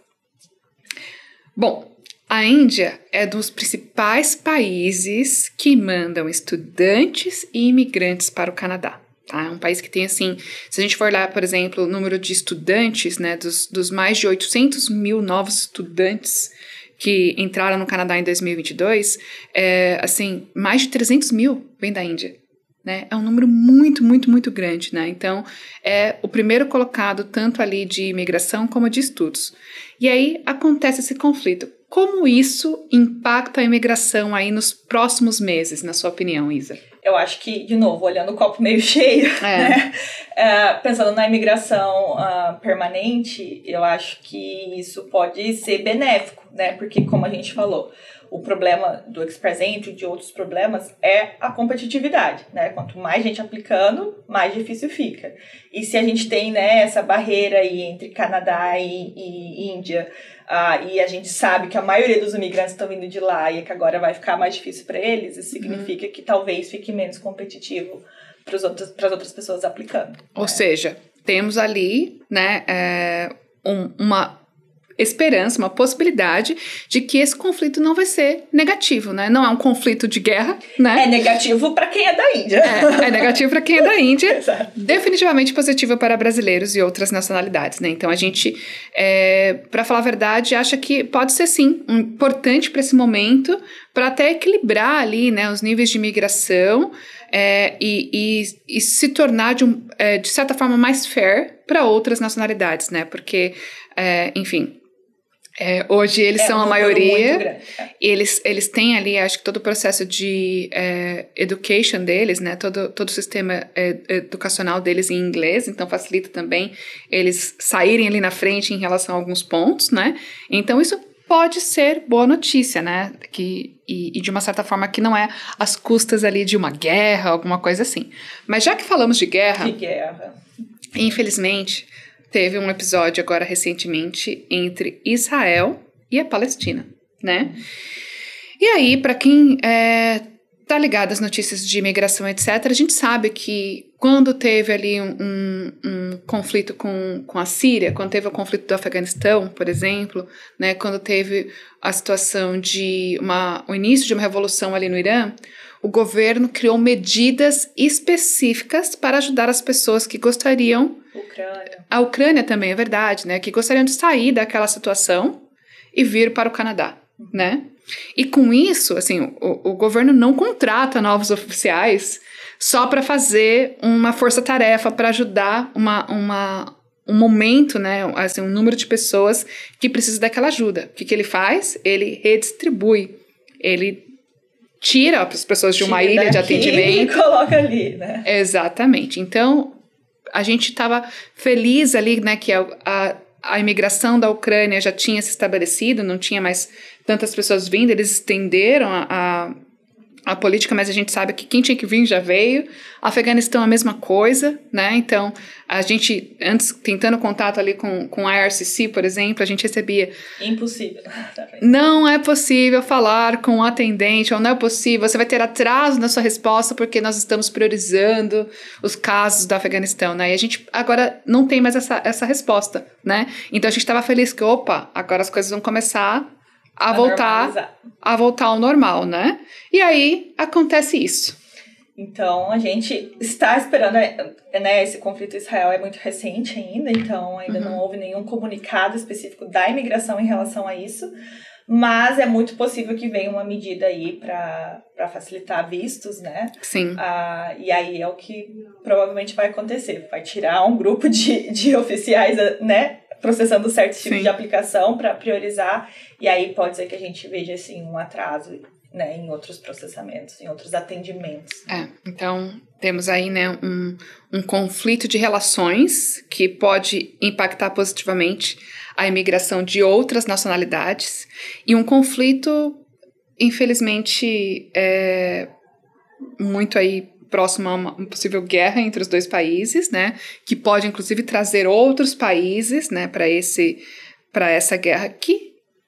Bom, a Índia é dos principais países que mandam estudantes e imigrantes para o Canadá. Tá? É um país que tem, assim, se a gente for olhar, por exemplo, o número de estudantes, né, dos, dos mais de oitocentos mil novos estudantes que entraram no Canadá em dois mil e vinte e dois, é, assim, mais de trezentos mil vêm da Índia. Né? É um número muito, muito, muito grande, né? Então, é o primeiro colocado tanto ali de imigração como de estudos. E aí acontece esse conflito. Como isso impacta a imigração aí nos próximos meses, na sua opinião, Isa? Eu acho que, de novo, olhando o copo meio cheio, é. né? Uh, pensando na imigração uh, permanente, eu acho que isso pode ser benéfico, né? Porque, como a gente falou, o problema do Express Entry e de outros problemas é a competitividade, né? Quanto mais gente aplicando, mais difícil fica. E se a gente tem, né, essa barreira aí entre Canadá e, e Índia, ah, e a gente sabe que a maioria dos imigrantes estão vindo de lá e que agora vai ficar mais difícil para eles, isso significa uhum. que talvez fique menos competitivo para as outras, outras pessoas aplicando. Ou né? seja, temos ali, né, é, um, uma esperança, uma possibilidade de que esse conflito não vai ser negativo, né? Não é um conflito de guerra, né? É negativo para quem é da Índia. É, é negativo para quem é da Índia. Definitivamente positivo para brasileiros e outras nacionalidades, né? Então a gente, é, para falar a verdade, acha que pode ser sim importante para esse momento, para até equilibrar ali, né, os níveis de imigração é, e, e, e se tornar de, um, é, de certa forma mais fair para outras nacionalidades, né? Porque, é, enfim, É, hoje eles é, são um a maioria, eles, eles têm ali, acho que todo o processo de é, education deles, né, todo, todo o sistema é, educacional deles em inglês, então facilita também eles saírem ali na frente em relação a alguns pontos, né, então isso pode ser boa notícia, né, que, e, e de uma certa forma que não é às custas ali de uma guerra, alguma coisa assim. Mas já que falamos de guerra, de guerra. infelizmente, teve um episódio agora recentemente entre Israel e a Palestina, né? E aí, para quem é, tá ligado às notícias de imigração, etcétera, a gente sabe que quando teve ali um, um, um conflito com, com a Síria, quando teve o conflito do Afeganistão, por exemplo, né, quando teve a situação de uma, o início de uma revolução ali no Irã, o governo criou medidas específicas para ajudar as pessoas que gostariam... Ucrânia. A Ucrânia também, é verdade, né? Que gostariam de sair daquela situação e vir para o Canadá, uhum. né? E com isso, assim, o, o governo não contrata novos oficiais só para fazer uma força-tarefa para ajudar uma, uma, um momento, né? Assim, um número de pessoas que precisa daquela ajuda. O que, que ele faz? Ele redistribui. Ele tira as pessoas de uma tira ilha de atendimento. E coloca ali, né? Exatamente. Então, a gente estava feliz ali, né, que a, a, a imigração da Ucrânia já tinha se estabelecido, não tinha mais tantas pessoas vindo, eles estenderam a, a, a política, mas a gente sabe que quem tinha que vir já veio. Afeganistão a mesma coisa, né? Então, a gente, antes, tentando contato ali com, com a I R C C, por exemplo, a gente recebia... Impossível. Não é possível falar com o atendente, ou não é possível, você vai ter atraso na sua resposta porque nós estamos priorizando os casos do Afeganistão, né? E a gente agora não tem mais essa, essa resposta, né? Então, a gente estava feliz que, opa, agora as coisas vão começar... A, a voltar, normalizar. a voltar ao normal, né? E aí, acontece isso. Então, a gente está esperando, né? Esse conflito em Israel é muito recente ainda, então ainda uhum. não houve nenhum comunicado específico da imigração em relação a isso, mas é muito possível que venha uma medida aí para facilitar vistos, né? Sim. Ah, e aí é o que provavelmente vai acontecer, vai tirar um grupo de, de oficiais, né? Processando certos tipos Sim. de aplicação para priorizar, e aí pode ser que a gente veja assim, um atraso, né, em outros processamentos, em outros atendimentos. É, então temos aí, né, um, um conflito de relações que pode impactar positivamente a imigração de outras nacionalidades, e um conflito, infelizmente, é, muito aí próximo a uma possível guerra entre os dois países, né, que pode inclusive trazer outros países, né, para esse, para essa guerra, que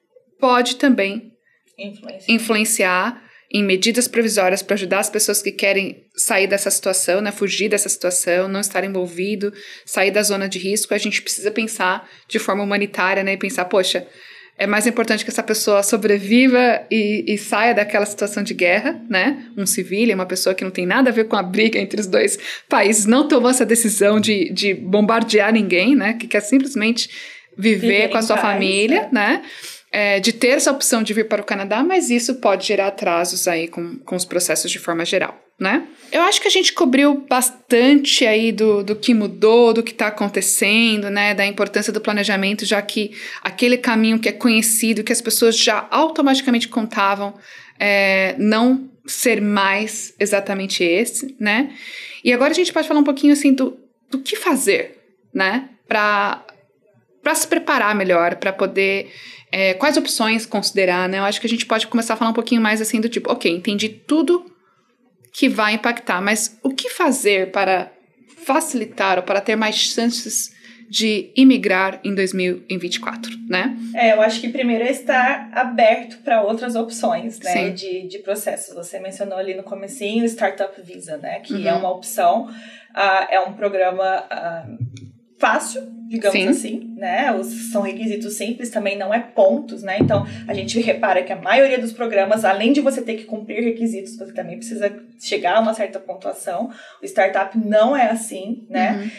pode também influenciar, influenciar em medidas provisórias para ajudar as pessoas que querem sair dessa situação, né, fugir dessa situação, não estar envolvido, sair da zona de risco. A gente precisa pensar de forma humanitária, né, e pensar, poxa, é mais importante que essa pessoa sobreviva e, e saia daquela situação de guerra, né? Um civil, uma pessoa que não tem nada a ver com a briga entre os dois países, não tomou essa decisão de, de bombardear ninguém, né? Que quer simplesmente viver, viver com a sua paz, família, é. né? É, de ter essa opção de vir para o Canadá, mas isso pode gerar atrasos aí com, com os processos de forma geral, né? Eu acho que a gente cobriu bastante aí do, do que mudou, do que está acontecendo, né? Da importância do planejamento, já que aquele caminho que é conhecido, que as pessoas já automaticamente contavam, é, não ser mais exatamente esse, né? E agora a gente pode falar um pouquinho, assim, do, do que fazer, né? Para para se preparar melhor, para poder... É, quais opções considerar, né? Eu acho que a gente pode começar a falar um pouquinho mais assim do tipo, ok, entendi tudo que vai impactar, mas o que fazer para facilitar ou para ter mais chances de imigrar em dois mil e vinte e quatro, né? É, eu acho que primeiro é estar aberto para outras opções, né, de, de processos. Você mencionou ali no comecinho o Startup Visa, né, que uhum. é uma opção, uh, é um programa uh, fácil, digamos Sim. assim, né? Os, são requisitos simples, também não é pontos, né? Então, a gente repara que a maioria dos programas, além de você ter que cumprir requisitos, você também precisa chegar a uma certa pontuação. O startup não é assim, né? Uhum.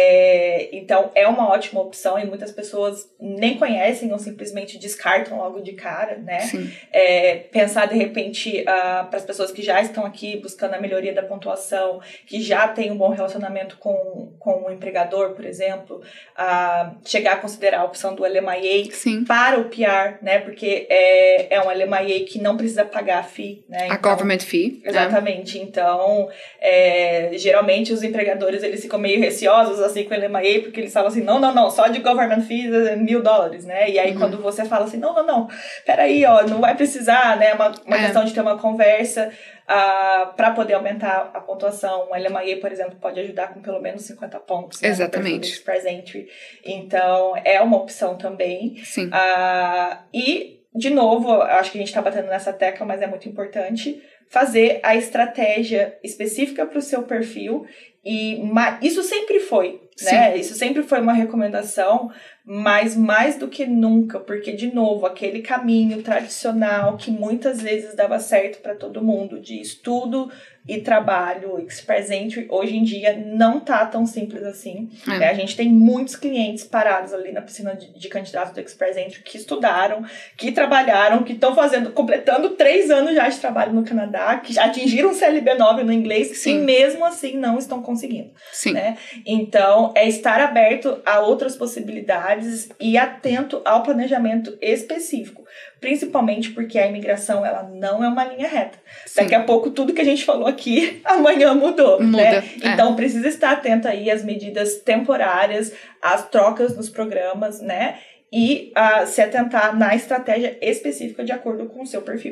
É, então, é uma ótima opção e muitas pessoas nem conhecem ou simplesmente descartam logo de cara, né? É, pensar, de repente, uh, para as pessoas que já estão aqui buscando a melhoria da pontuação, que já têm um bom relacionamento com, com o empregador, por exemplo, a chegar a considerar a opção do L M I A Sim. para o P R, né? Porque é, é um L M I A que não precisa pagar a fee, né? A então, government fee. Exatamente. É. Então, é, geralmente os empregadores, eles ficam meio receosos, assim, com o L M I A, porque eles falam assim, não, não, não, só de government fees é mil dólares, né? E aí, uhum. quando você fala assim, não, não, não, peraí, ó, não vai precisar, né? Uma, uma é. questão de ter uma conversa... Uh, para poder aumentar a pontuação. O L M I A, por exemplo, pode ajudar com pelo menos cinquenta pontos. Né, Exatamente. Express Entry. Então, é uma opção também. Sim. Uh, e, de novo, acho que a gente está batendo nessa tecla, mas é muito importante fazer a estratégia específica para o seu perfil. E isso sempre foi, né? Sim. Isso sempre foi uma recomendação, mas mais do que nunca, porque, de novo, aquele caminho tradicional que muitas vezes dava certo para todo mundo, de estudo e trabalho, Express Entry, hoje em dia não tá tão simples assim. É. Né? A gente tem muitos clientes parados ali na piscina de, de candidatos do Express Entry que estudaram, que trabalharam, que estão fazendo, completando três anos já de trabalho no Canadá, que atingiram o C L B nove no inglês Sim. e mesmo assim não estão conseguindo. Sim. Né? Então, é estar aberto a outras possibilidades e atento ao planejamento específico. Principalmente porque a imigração, ela não é uma linha reta. Sim. Daqui a pouco, tudo que a gente falou aqui, amanhã mudou. Muda, né? é. Então, precisa estar atento aí às medidas temporárias, às trocas nos programas, né? E uh, se atentar na estratégia específica de acordo com o seu perfil.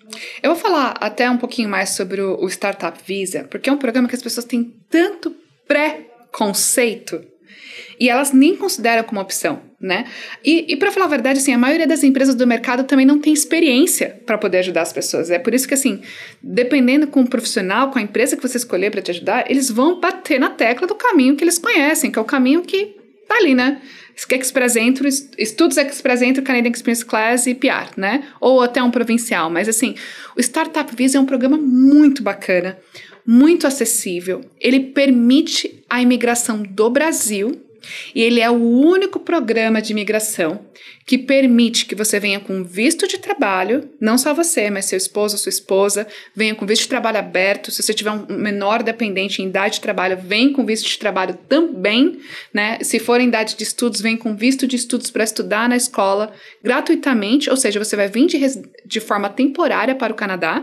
Eu vou falar até um pouquinho mais sobre o, o Startup Visa, porque é um programa que as pessoas têm tanto pré-conceito e elas nem consideram como opção, né? E, e para falar a verdade, assim, a maioria das empresas do mercado também não tem experiência para poder ajudar as pessoas. É por isso que, assim, dependendo com o profissional, com a empresa que você escolher para te ajudar, eles vão bater na tecla do caminho que eles conhecem, que é o caminho que tá ali, né? Express Entry, Estudos Express Entry, Canadian Experience Class e P R, né? Ou até um provincial. Mas, assim, o Startup Visa é um programa muito bacana, muito acessível. Ele permite a imigração do Brasil e ele é o único programa de imigração que permite que você venha com visto de trabalho, não só você, mas seu esposo ou sua esposa, venha com visto de trabalho aberto. Se você tiver um menor dependente em idade de trabalho, vem com visto de trabalho também, né? Se for em idade de estudos, vem com visto de estudos para estudar na escola gratuitamente, ou seja, você vai vir de, res... de forma temporária para o Canadá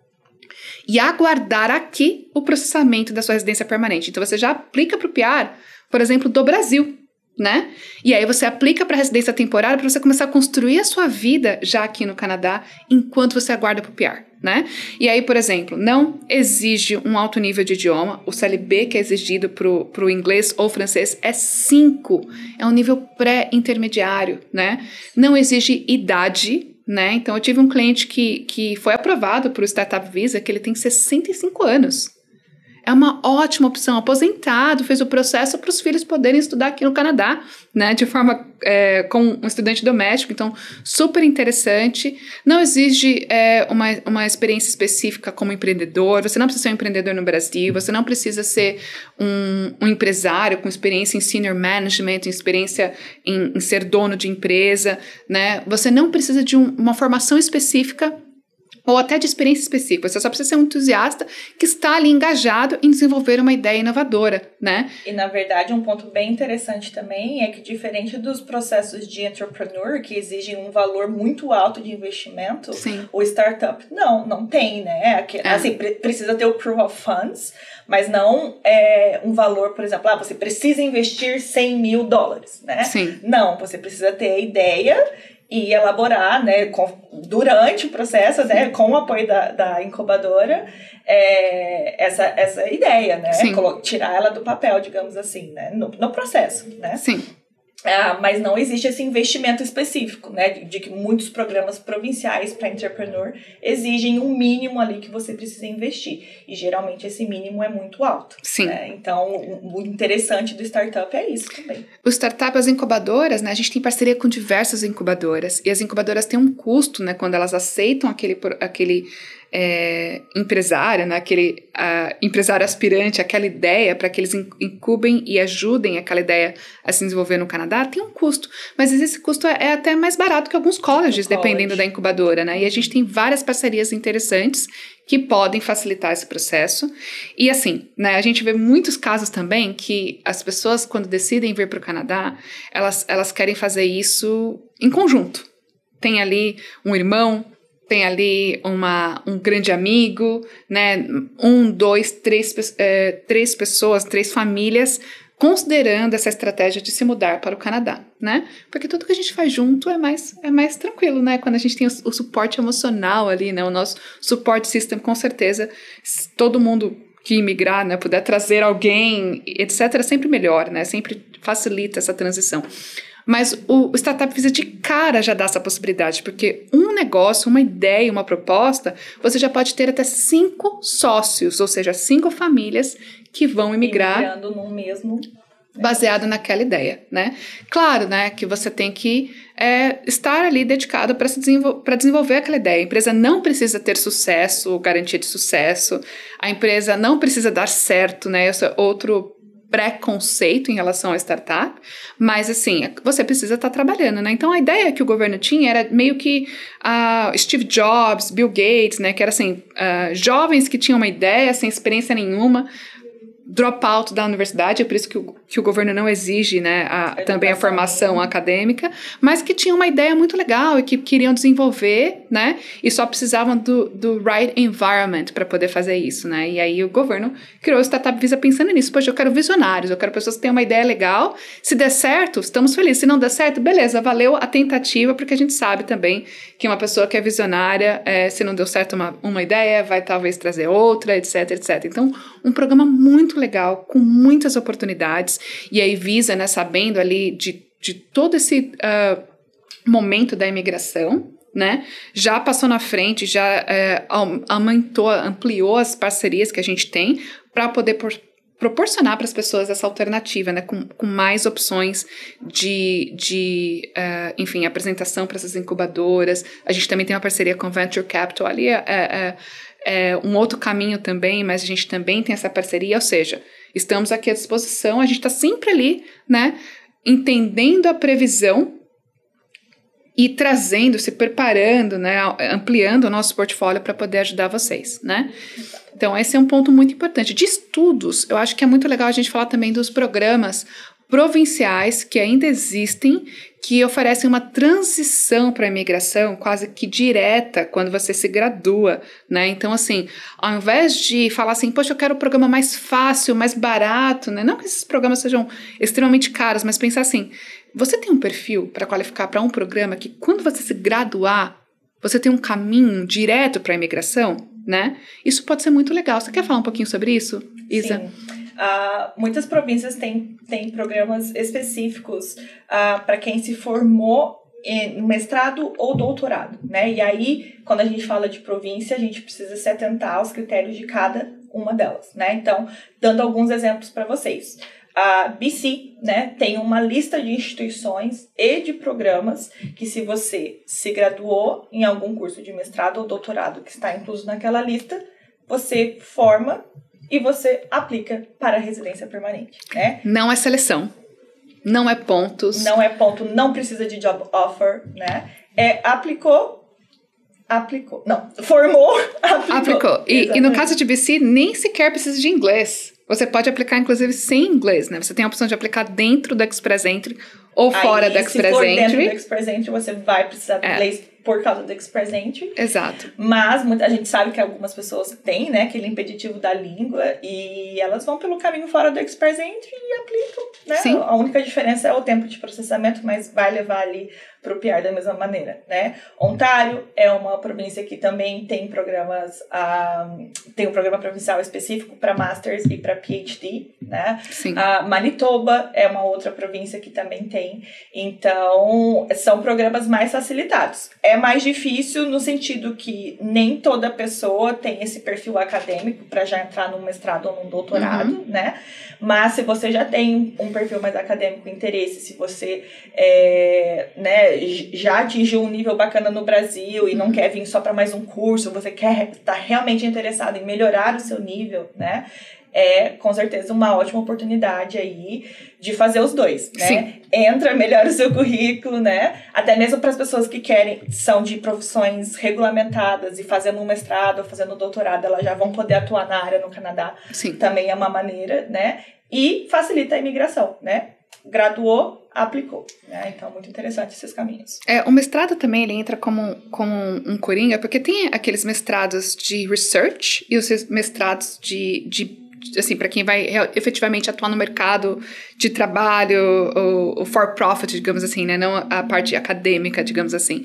e aguardar aqui o processamento da sua residência permanente. Então, você já aplica para o P R, por exemplo, do Brasil, né? E aí você aplica para residência temporária para você começar a construir a sua vida já aqui no Canadá, enquanto você aguarda para o P R, né? E aí, por exemplo, não exige um alto nível de idioma. O C L B que é exigido para o inglês ou francês é cinco. É um nível pré-intermediário, né? Não exige idade, né? Então, eu tive um cliente que, que foi aprovado para o Startup Visa, que ele tem sessenta e cinco anos. É uma ótima opção, aposentado, fez o processo para os filhos poderem estudar aqui no Canadá, né, de forma, é, com um estudante doméstico, então super interessante. Não exige é, uma, uma experiência específica como empreendedor, você não precisa ser um empreendedor no Brasil, você não precisa ser um, um empresário com experiência em senior management, experiência em, em ser dono de empresa, né, você não precisa de um, uma formação específica ou até de experiência específica, você só precisa ser um entusiasta que está ali engajado em desenvolver uma ideia inovadora, né? E, na verdade, um ponto bem interessante também é que, diferente dos processos de entrepreneur, que exigem um valor muito alto de investimento, Sim. o startup não, não tem, né? É. Assim, pre- precisa ter o proof of funds, mas não é um valor, por exemplo, ah, você precisa investir cem mil dólares, né? Sim. Não, você precisa ter a ideia e elaborar, né, com, durante o processo, né, com o apoio da, da incubadora, é, essa, essa ideia, né, Colo- tirar ela do papel, digamos assim, né, no, no processo, né. Sim. Ah, mas não existe esse investimento específico, né, de, de que muitos programas provinciais para entrepreneur exigem um mínimo ali que você precisa investir, e geralmente esse mínimo é muito alto. Sim. Né? Então, o, o interessante do startup é isso também. O startup, as incubadoras, né, a gente tem parceria com diversas incubadoras, e as incubadoras têm um custo, né, quando elas aceitam aquele, aquele é, empresário, né, aquele uh, empresário aspirante, aquela ideia, para que eles incubem e ajudem aquela ideia a se desenvolver no Canadá, tem um custo, mas esse custo é, é até mais barato que alguns colleges, college. Dependendo da incubadora, né, e a gente tem várias parcerias interessantes que podem facilitar esse processo, e assim, né, a gente vê muitos casos também que as pessoas, quando decidem vir para o Canadá, elas, elas querem fazer isso em conjunto, tem ali um irmão, tem ali uma, um grande amigo, né, um, dois, três, é, três pessoas, três famílias, considerando essa estratégia de se mudar para o Canadá, né, porque tudo que a gente faz junto é mais, é mais tranquilo, né, quando a gente tem o, o suporte emocional ali, né, o nosso support system, com certeza, todo mundo que imigrar, né, puder trazer alguém, etcétera, é sempre melhor, né, sempre facilita essa transição. Mas o Startup Visa de cara já dá essa possibilidade, porque um negócio, uma ideia, uma proposta, você já pode ter até cinco sócios, ou seja, cinco famílias que vão imigrar. Imigrando no mesmo... Baseado naquela ideia, né? Claro, né, que você tem que é, estar ali dedicado para desenvol- para desenvolver aquela ideia. A empresa não precisa ter sucesso, garantia de sucesso. A empresa não precisa dar certo, né? Esse é outro preconceito em relação à startup, mas assim, você precisa estar trabalhando, né? Então a ideia que o governo tinha era meio que uh, Steve Jobs, Bill Gates, né? Que era assim, uh, jovens que tinham uma ideia sem experiência nenhuma, dropout da universidade, é por isso que o, que o governo não exige, né, a, também a formação acadêmica, mas que tinham uma ideia muito legal e que queriam desenvolver, né, e só precisavam do, do right environment para poder fazer isso, né, e aí o governo criou o Startup Visa pensando nisso. Poxa, eu quero visionários, eu quero pessoas que tenham uma ideia legal, se der certo, estamos felizes, se não der certo, beleza, valeu a tentativa, porque a gente sabe também que uma pessoa que é visionária, é, se não deu certo uma, uma ideia, vai talvez trazer outra, etc, etc. Então, um programa muito legal, com muitas oportunidades, e aí Visa, né, sabendo ali de, de todo esse uh, momento da imigração, né, já passou na frente, já uh, aumentou, ampliou as parcerias que a gente tem para poder por, proporcionar para as pessoas essa alternativa, né, com, com mais opções de, de uh, enfim, apresentação para essas incubadoras. A gente também tem uma parceria com Venture Capital ali, é, é, é um outro caminho também, mas a gente também tem essa parceria, ou seja, estamos aqui à disposição, a gente está sempre ali, né, entendendo a previsão e trazendo, se preparando, né, ampliando o nosso portfólio para poder ajudar vocês, né. Então, esse é um ponto muito importante. De estudos, eu acho que é muito legal a gente falar também dos programas provinciais que ainda existem, que oferecem uma transição para a imigração quase que direta quando você se gradua, né? Então, assim, ao invés de falar assim, poxa, eu quero um programa mais fácil, mais barato, né? Não que esses programas sejam extremamente caros, mas pensar assim, você tem um perfil para qualificar para um programa que quando você se graduar, você tem um caminho direto para a imigração, né? Isso pode ser muito legal. Você quer falar um pouquinho sobre isso, Isa? Sim. Uh, muitas províncias têm, têm programas específicos uh, para quem se formou em mestrado ou doutorado, né? E aí, quando a gente fala de província, a gente precisa se atentar aos critérios de cada uma delas, né? Então, dando alguns exemplos para vocês. A B C, né, tem uma lista de instituições e de programas que, se você se graduou em algum curso de mestrado ou doutorado que está incluso naquela lista, você forma e você aplica para a residência permanente, né? Não é seleção, não é pontos. Não é ponto, não precisa de job offer, né? É aplicou, aplicou. Não, formou, aplicou. Aplicou. E, e no caso de B C, nem sequer precisa de inglês. Você pode aplicar, inclusive, sem inglês, né? Você tem a opção de aplicar dentro do Express Entry ou fora Aí, do Express se for Entry. dentro do Express Entry, você vai precisar de é. inglês por causa do Express Entry. Exato. Mas muita, a gente sabe que algumas pessoas têm, né, aquele impeditivo da língua e elas vão pelo caminho fora do Express Entry e aplicam, né? Sim. A única diferença é o tempo de processamento, mas vai levar ali para o P R da mesma maneira, né? Ontário é uma província que também tem programas, um, tem um programa provincial específico para Masters e para P H D, né? Sim. A Manitoba é uma outra província que também tem. Então, são programas mais facilitados. É mais difícil no sentido que nem toda pessoa tem esse perfil acadêmico para já entrar num mestrado ou num doutorado, uhum. né? Mas se você já tem um perfil mais acadêmico, interesse, se você é, né, já atingiu um nível bacana no Brasil e não quer vir só para mais um curso, você quer estar realmente interessado em melhorar o seu nível, né? É, com certeza, uma ótima oportunidade aí de fazer os dois, né? Sim. Entra, melhora o seu currículo, né? Até mesmo para as pessoas que querem, são de profissões regulamentadas e fazendo um mestrado ou fazendo um doutorado, elas já vão poder atuar na área no Canadá. Sim. Também é uma maneira, né? E facilita a imigração, né? Graduou, aplicou, né? Então, muito interessante esses caminhos. É, o mestrado também, ele entra como, como um coringa, porque tem aqueles mestrados de research e os mestrados de, de assim, para quem vai efetivamente atuar no mercado de trabalho, o, o for-profit, digamos assim, né? Não a parte acadêmica, digamos assim.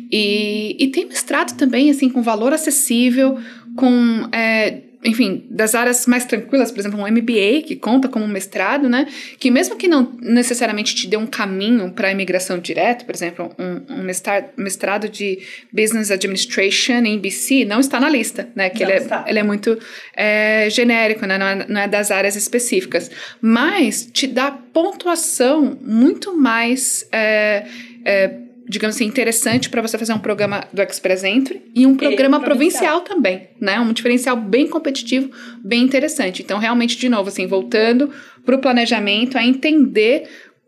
E, e tem mestrado também, assim, com valor acessível, com... É, enfim, das áreas mais tranquilas, por exemplo, um M B A, que conta como um mestrado, né, que mesmo que não necessariamente te dê um caminho para a imigração direto, por exemplo, um, um mestrado, mestrado de Business Administration em B C, não está na lista, né, que ele é, ele é muito é, genérico, né, não é, não é das áreas específicas, mas te dá pontuação muito mais... É, é, digamos assim, interessante para você fazer um programa do Express Entry e um programa e provincial. provincial também, né? Um diferencial bem competitivo, bem interessante. Então, realmente, de novo, assim, voltando para o planejamento, a entender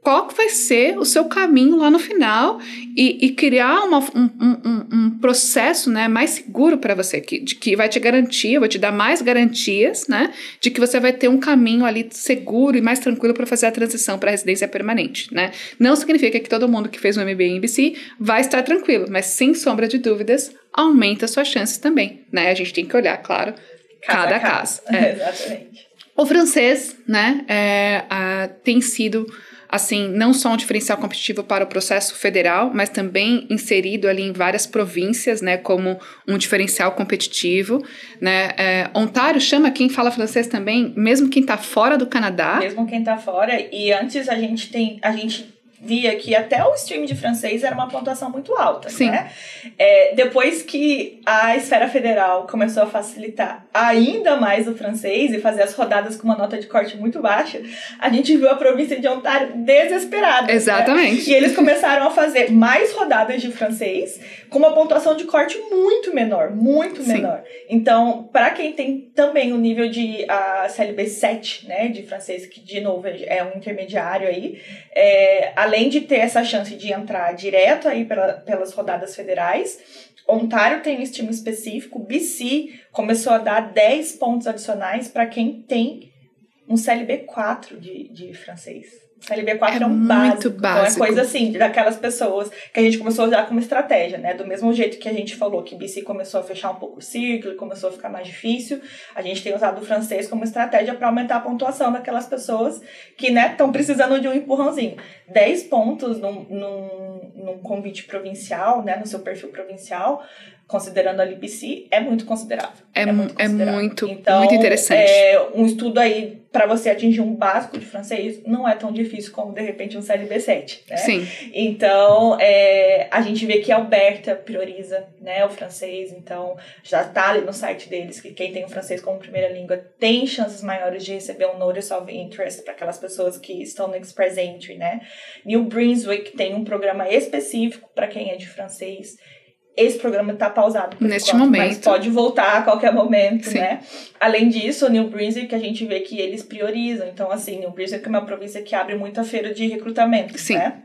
qual vai ser o seu caminho lá no final e, e criar uma, um, um, um processo, né, mais seguro para você, que, de, que vai te garantir, vai te dar mais garantias, né, de que você vai ter um caminho ali seguro e mais tranquilo para fazer a transição para a residência permanente, né. Não significa que todo mundo que fez um M B A em B C vai estar tranquilo, mas sem sombra de dúvidas, aumenta suas chances também, né. A gente tem que olhar, claro, cada, cada caso. caso. É. Exatamente. O francês, né, é, a, tem sido... assim, não só um diferencial competitivo para o processo federal, mas também inserido ali em várias províncias, né, como um diferencial competitivo, né, é, Ontário chama quem fala francês também, mesmo quem está fora do Canadá. Mesmo quem está fora, e antes a gente tem, a gente via que até o stream de francês era uma pontuação muito alta, Sim. né? É, depois que a esfera federal começou a facilitar ainda mais o francês e fazer as rodadas com uma nota de corte muito baixa, a gente viu a província de Ontário desesperada. Exatamente. Né? E eles começaram a fazer mais rodadas de francês com uma pontuação de corte muito menor, muito Sim. menor. Então, para quem tem também o nível de a C L B sete, né, de francês, que de novo é um intermediário aí, é, além de ter essa chance de entrar direto aí pela, pelas rodadas federais, Ontário tem um estímulo específico, B C começou a dar dez pontos adicionais para quem tem um C L B quatro de, de francês. C L B quatro é, é um básico, básico. Então é coisa assim, daquelas pessoas que a gente começou a usar como estratégia, né? Do mesmo jeito que a gente falou que B C começou a fechar um pouco o círculo, começou a ficar mais difícil, a gente tem usado o francês como estratégia para aumentar a pontuação daquelas pessoas que, né, estão precisando de um empurrãozinho. dez pontos num, num, num convite provincial, né, no seu perfil provincial, considerando a B C, é muito considerável. É, é muito, considerável. É muito, então, muito interessante. É, um estudo aí para você atingir um básico de francês não é tão difícil como, de repente, um C L B sete, né? Sim. Então, é, a gente vê que a Alberta prioriza, né, o francês, então já está ali no site deles que quem tem o francês como primeira língua tem chances maiores de receber um Notice of Interest para aquelas pessoas que estão no Express Entry, né? New Brunswick tem um programa específico para quem é de francês. Esse programa está pausado por neste enquanto, momento, mas pode voltar a qualquer momento, Sim. né? Além disso, o New Brunswick, a gente vê que eles priorizam. Então, assim, New Brunswick é uma província que abre muita feira de recrutamento, Sim. né?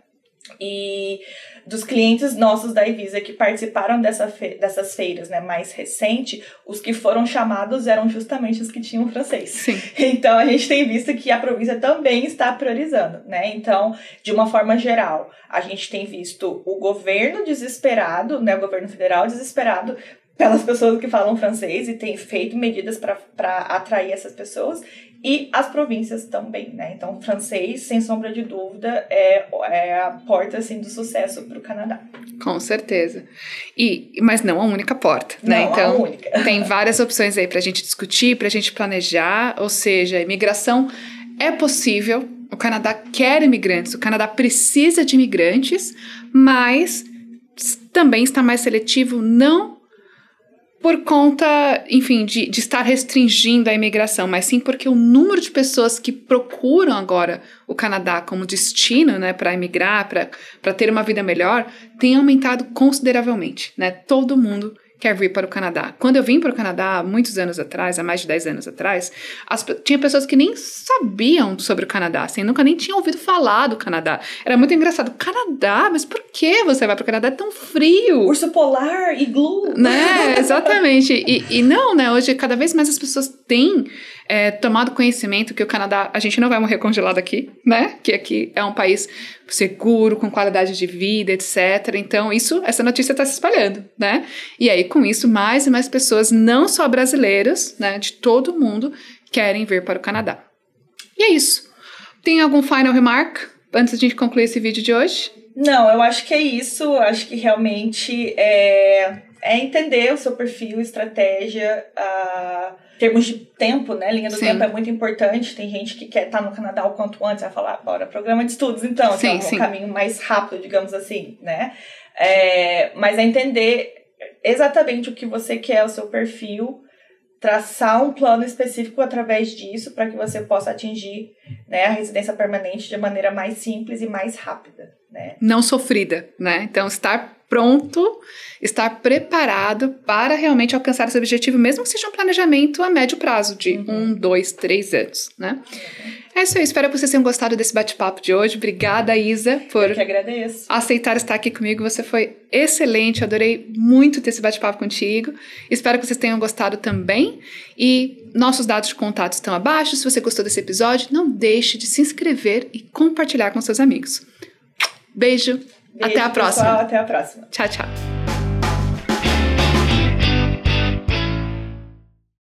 E dos clientes nossos da Evisa que participaram dessa fe- dessas feiras, né, mais recente, os que foram chamados eram justamente os que tinham francês. Sim. Então, a gente tem visto que a província também está priorizando, né? Então, de uma forma geral, a gente tem visto o governo desesperado, né, o governo federal desesperado pelas pessoas que falam francês e tem feito medidas para atrair essas pessoas, e as províncias também, né? Então, francês, sem sombra de dúvida, é, é a porta, assim, do sucesso para o Canadá. Com certeza. E, mas não a única porta, né? Não, então, a única. Tem várias opções aí para a gente discutir, para a gente planejar, ou seja, imigração é possível, o Canadá quer imigrantes, o Canadá precisa de imigrantes, mas também está mais seletivo, não por conta, enfim, de, de estar restringindo a imigração, mas sim porque o número de pessoas que procuram agora o Canadá como destino, né, para imigrar, para ter uma vida melhor, tem aumentado consideravelmente, né? Todo mundo quer vir para o Canadá. Quando eu vim para o Canadá, há muitos anos atrás, há mais de dez anos atrás, as, tinha pessoas que nem sabiam sobre o Canadá, assim, nunca nem tinham ouvido falar do Canadá. Era muito engraçado. Canadá? Mas por que você vai para o Canadá? É tão frio. Urso polar, iglu. Né? Exatamente. E, e não, né? Hoje, cada vez mais as pessoas têm é, tomado conhecimento que o Canadá, a gente não vai morrer congelado aqui, né? Que aqui é um país seguro, com qualidade de vida, etcétera. Então, isso, essa notícia está se espalhando, né? E aí, com isso, mais e mais pessoas, não só brasileiras, né? De todo mundo, querem vir para o Canadá. E é isso. Tem algum final remark antes de a gente concluir esse vídeo de hoje? Não, eu acho que é isso. Acho que realmente é, é entender o seu perfil, estratégia, a... termos de tempo, né? Linha do sim. tempo é muito importante. Tem gente que quer estar no Canadá o quanto antes, vai falar, bora, programa de estudos, então, sim, então é um sim. caminho mais rápido, digamos assim, né? É, mas é entender exatamente o que você quer, o seu perfil, traçar um plano específico através disso para que você possa atingir, né, a residência permanente de maneira mais simples e mais rápida, né? Não sofrida, né? Então, estar pronto, estar preparado para realmente alcançar esse objetivo, mesmo que seja um planejamento a médio prazo, de uhum. um, dois, três anos, né? Uhum. É isso aí, espero que vocês tenham gostado desse bate-papo de hoje. Obrigada, Isa, por Eu que agradeço. aceitar estar aqui comigo. Você foi excelente, eu adorei muito ter esse bate-papo contigo. Espero que vocês tenham gostado também. E nossos dados de contato estão abaixo. Se você gostou desse episódio, não deixe de se inscrever e compartilhar com seus amigos. Beijo, Beijo, até a próxima. pessoal, até a próxima. Tchau, tchau.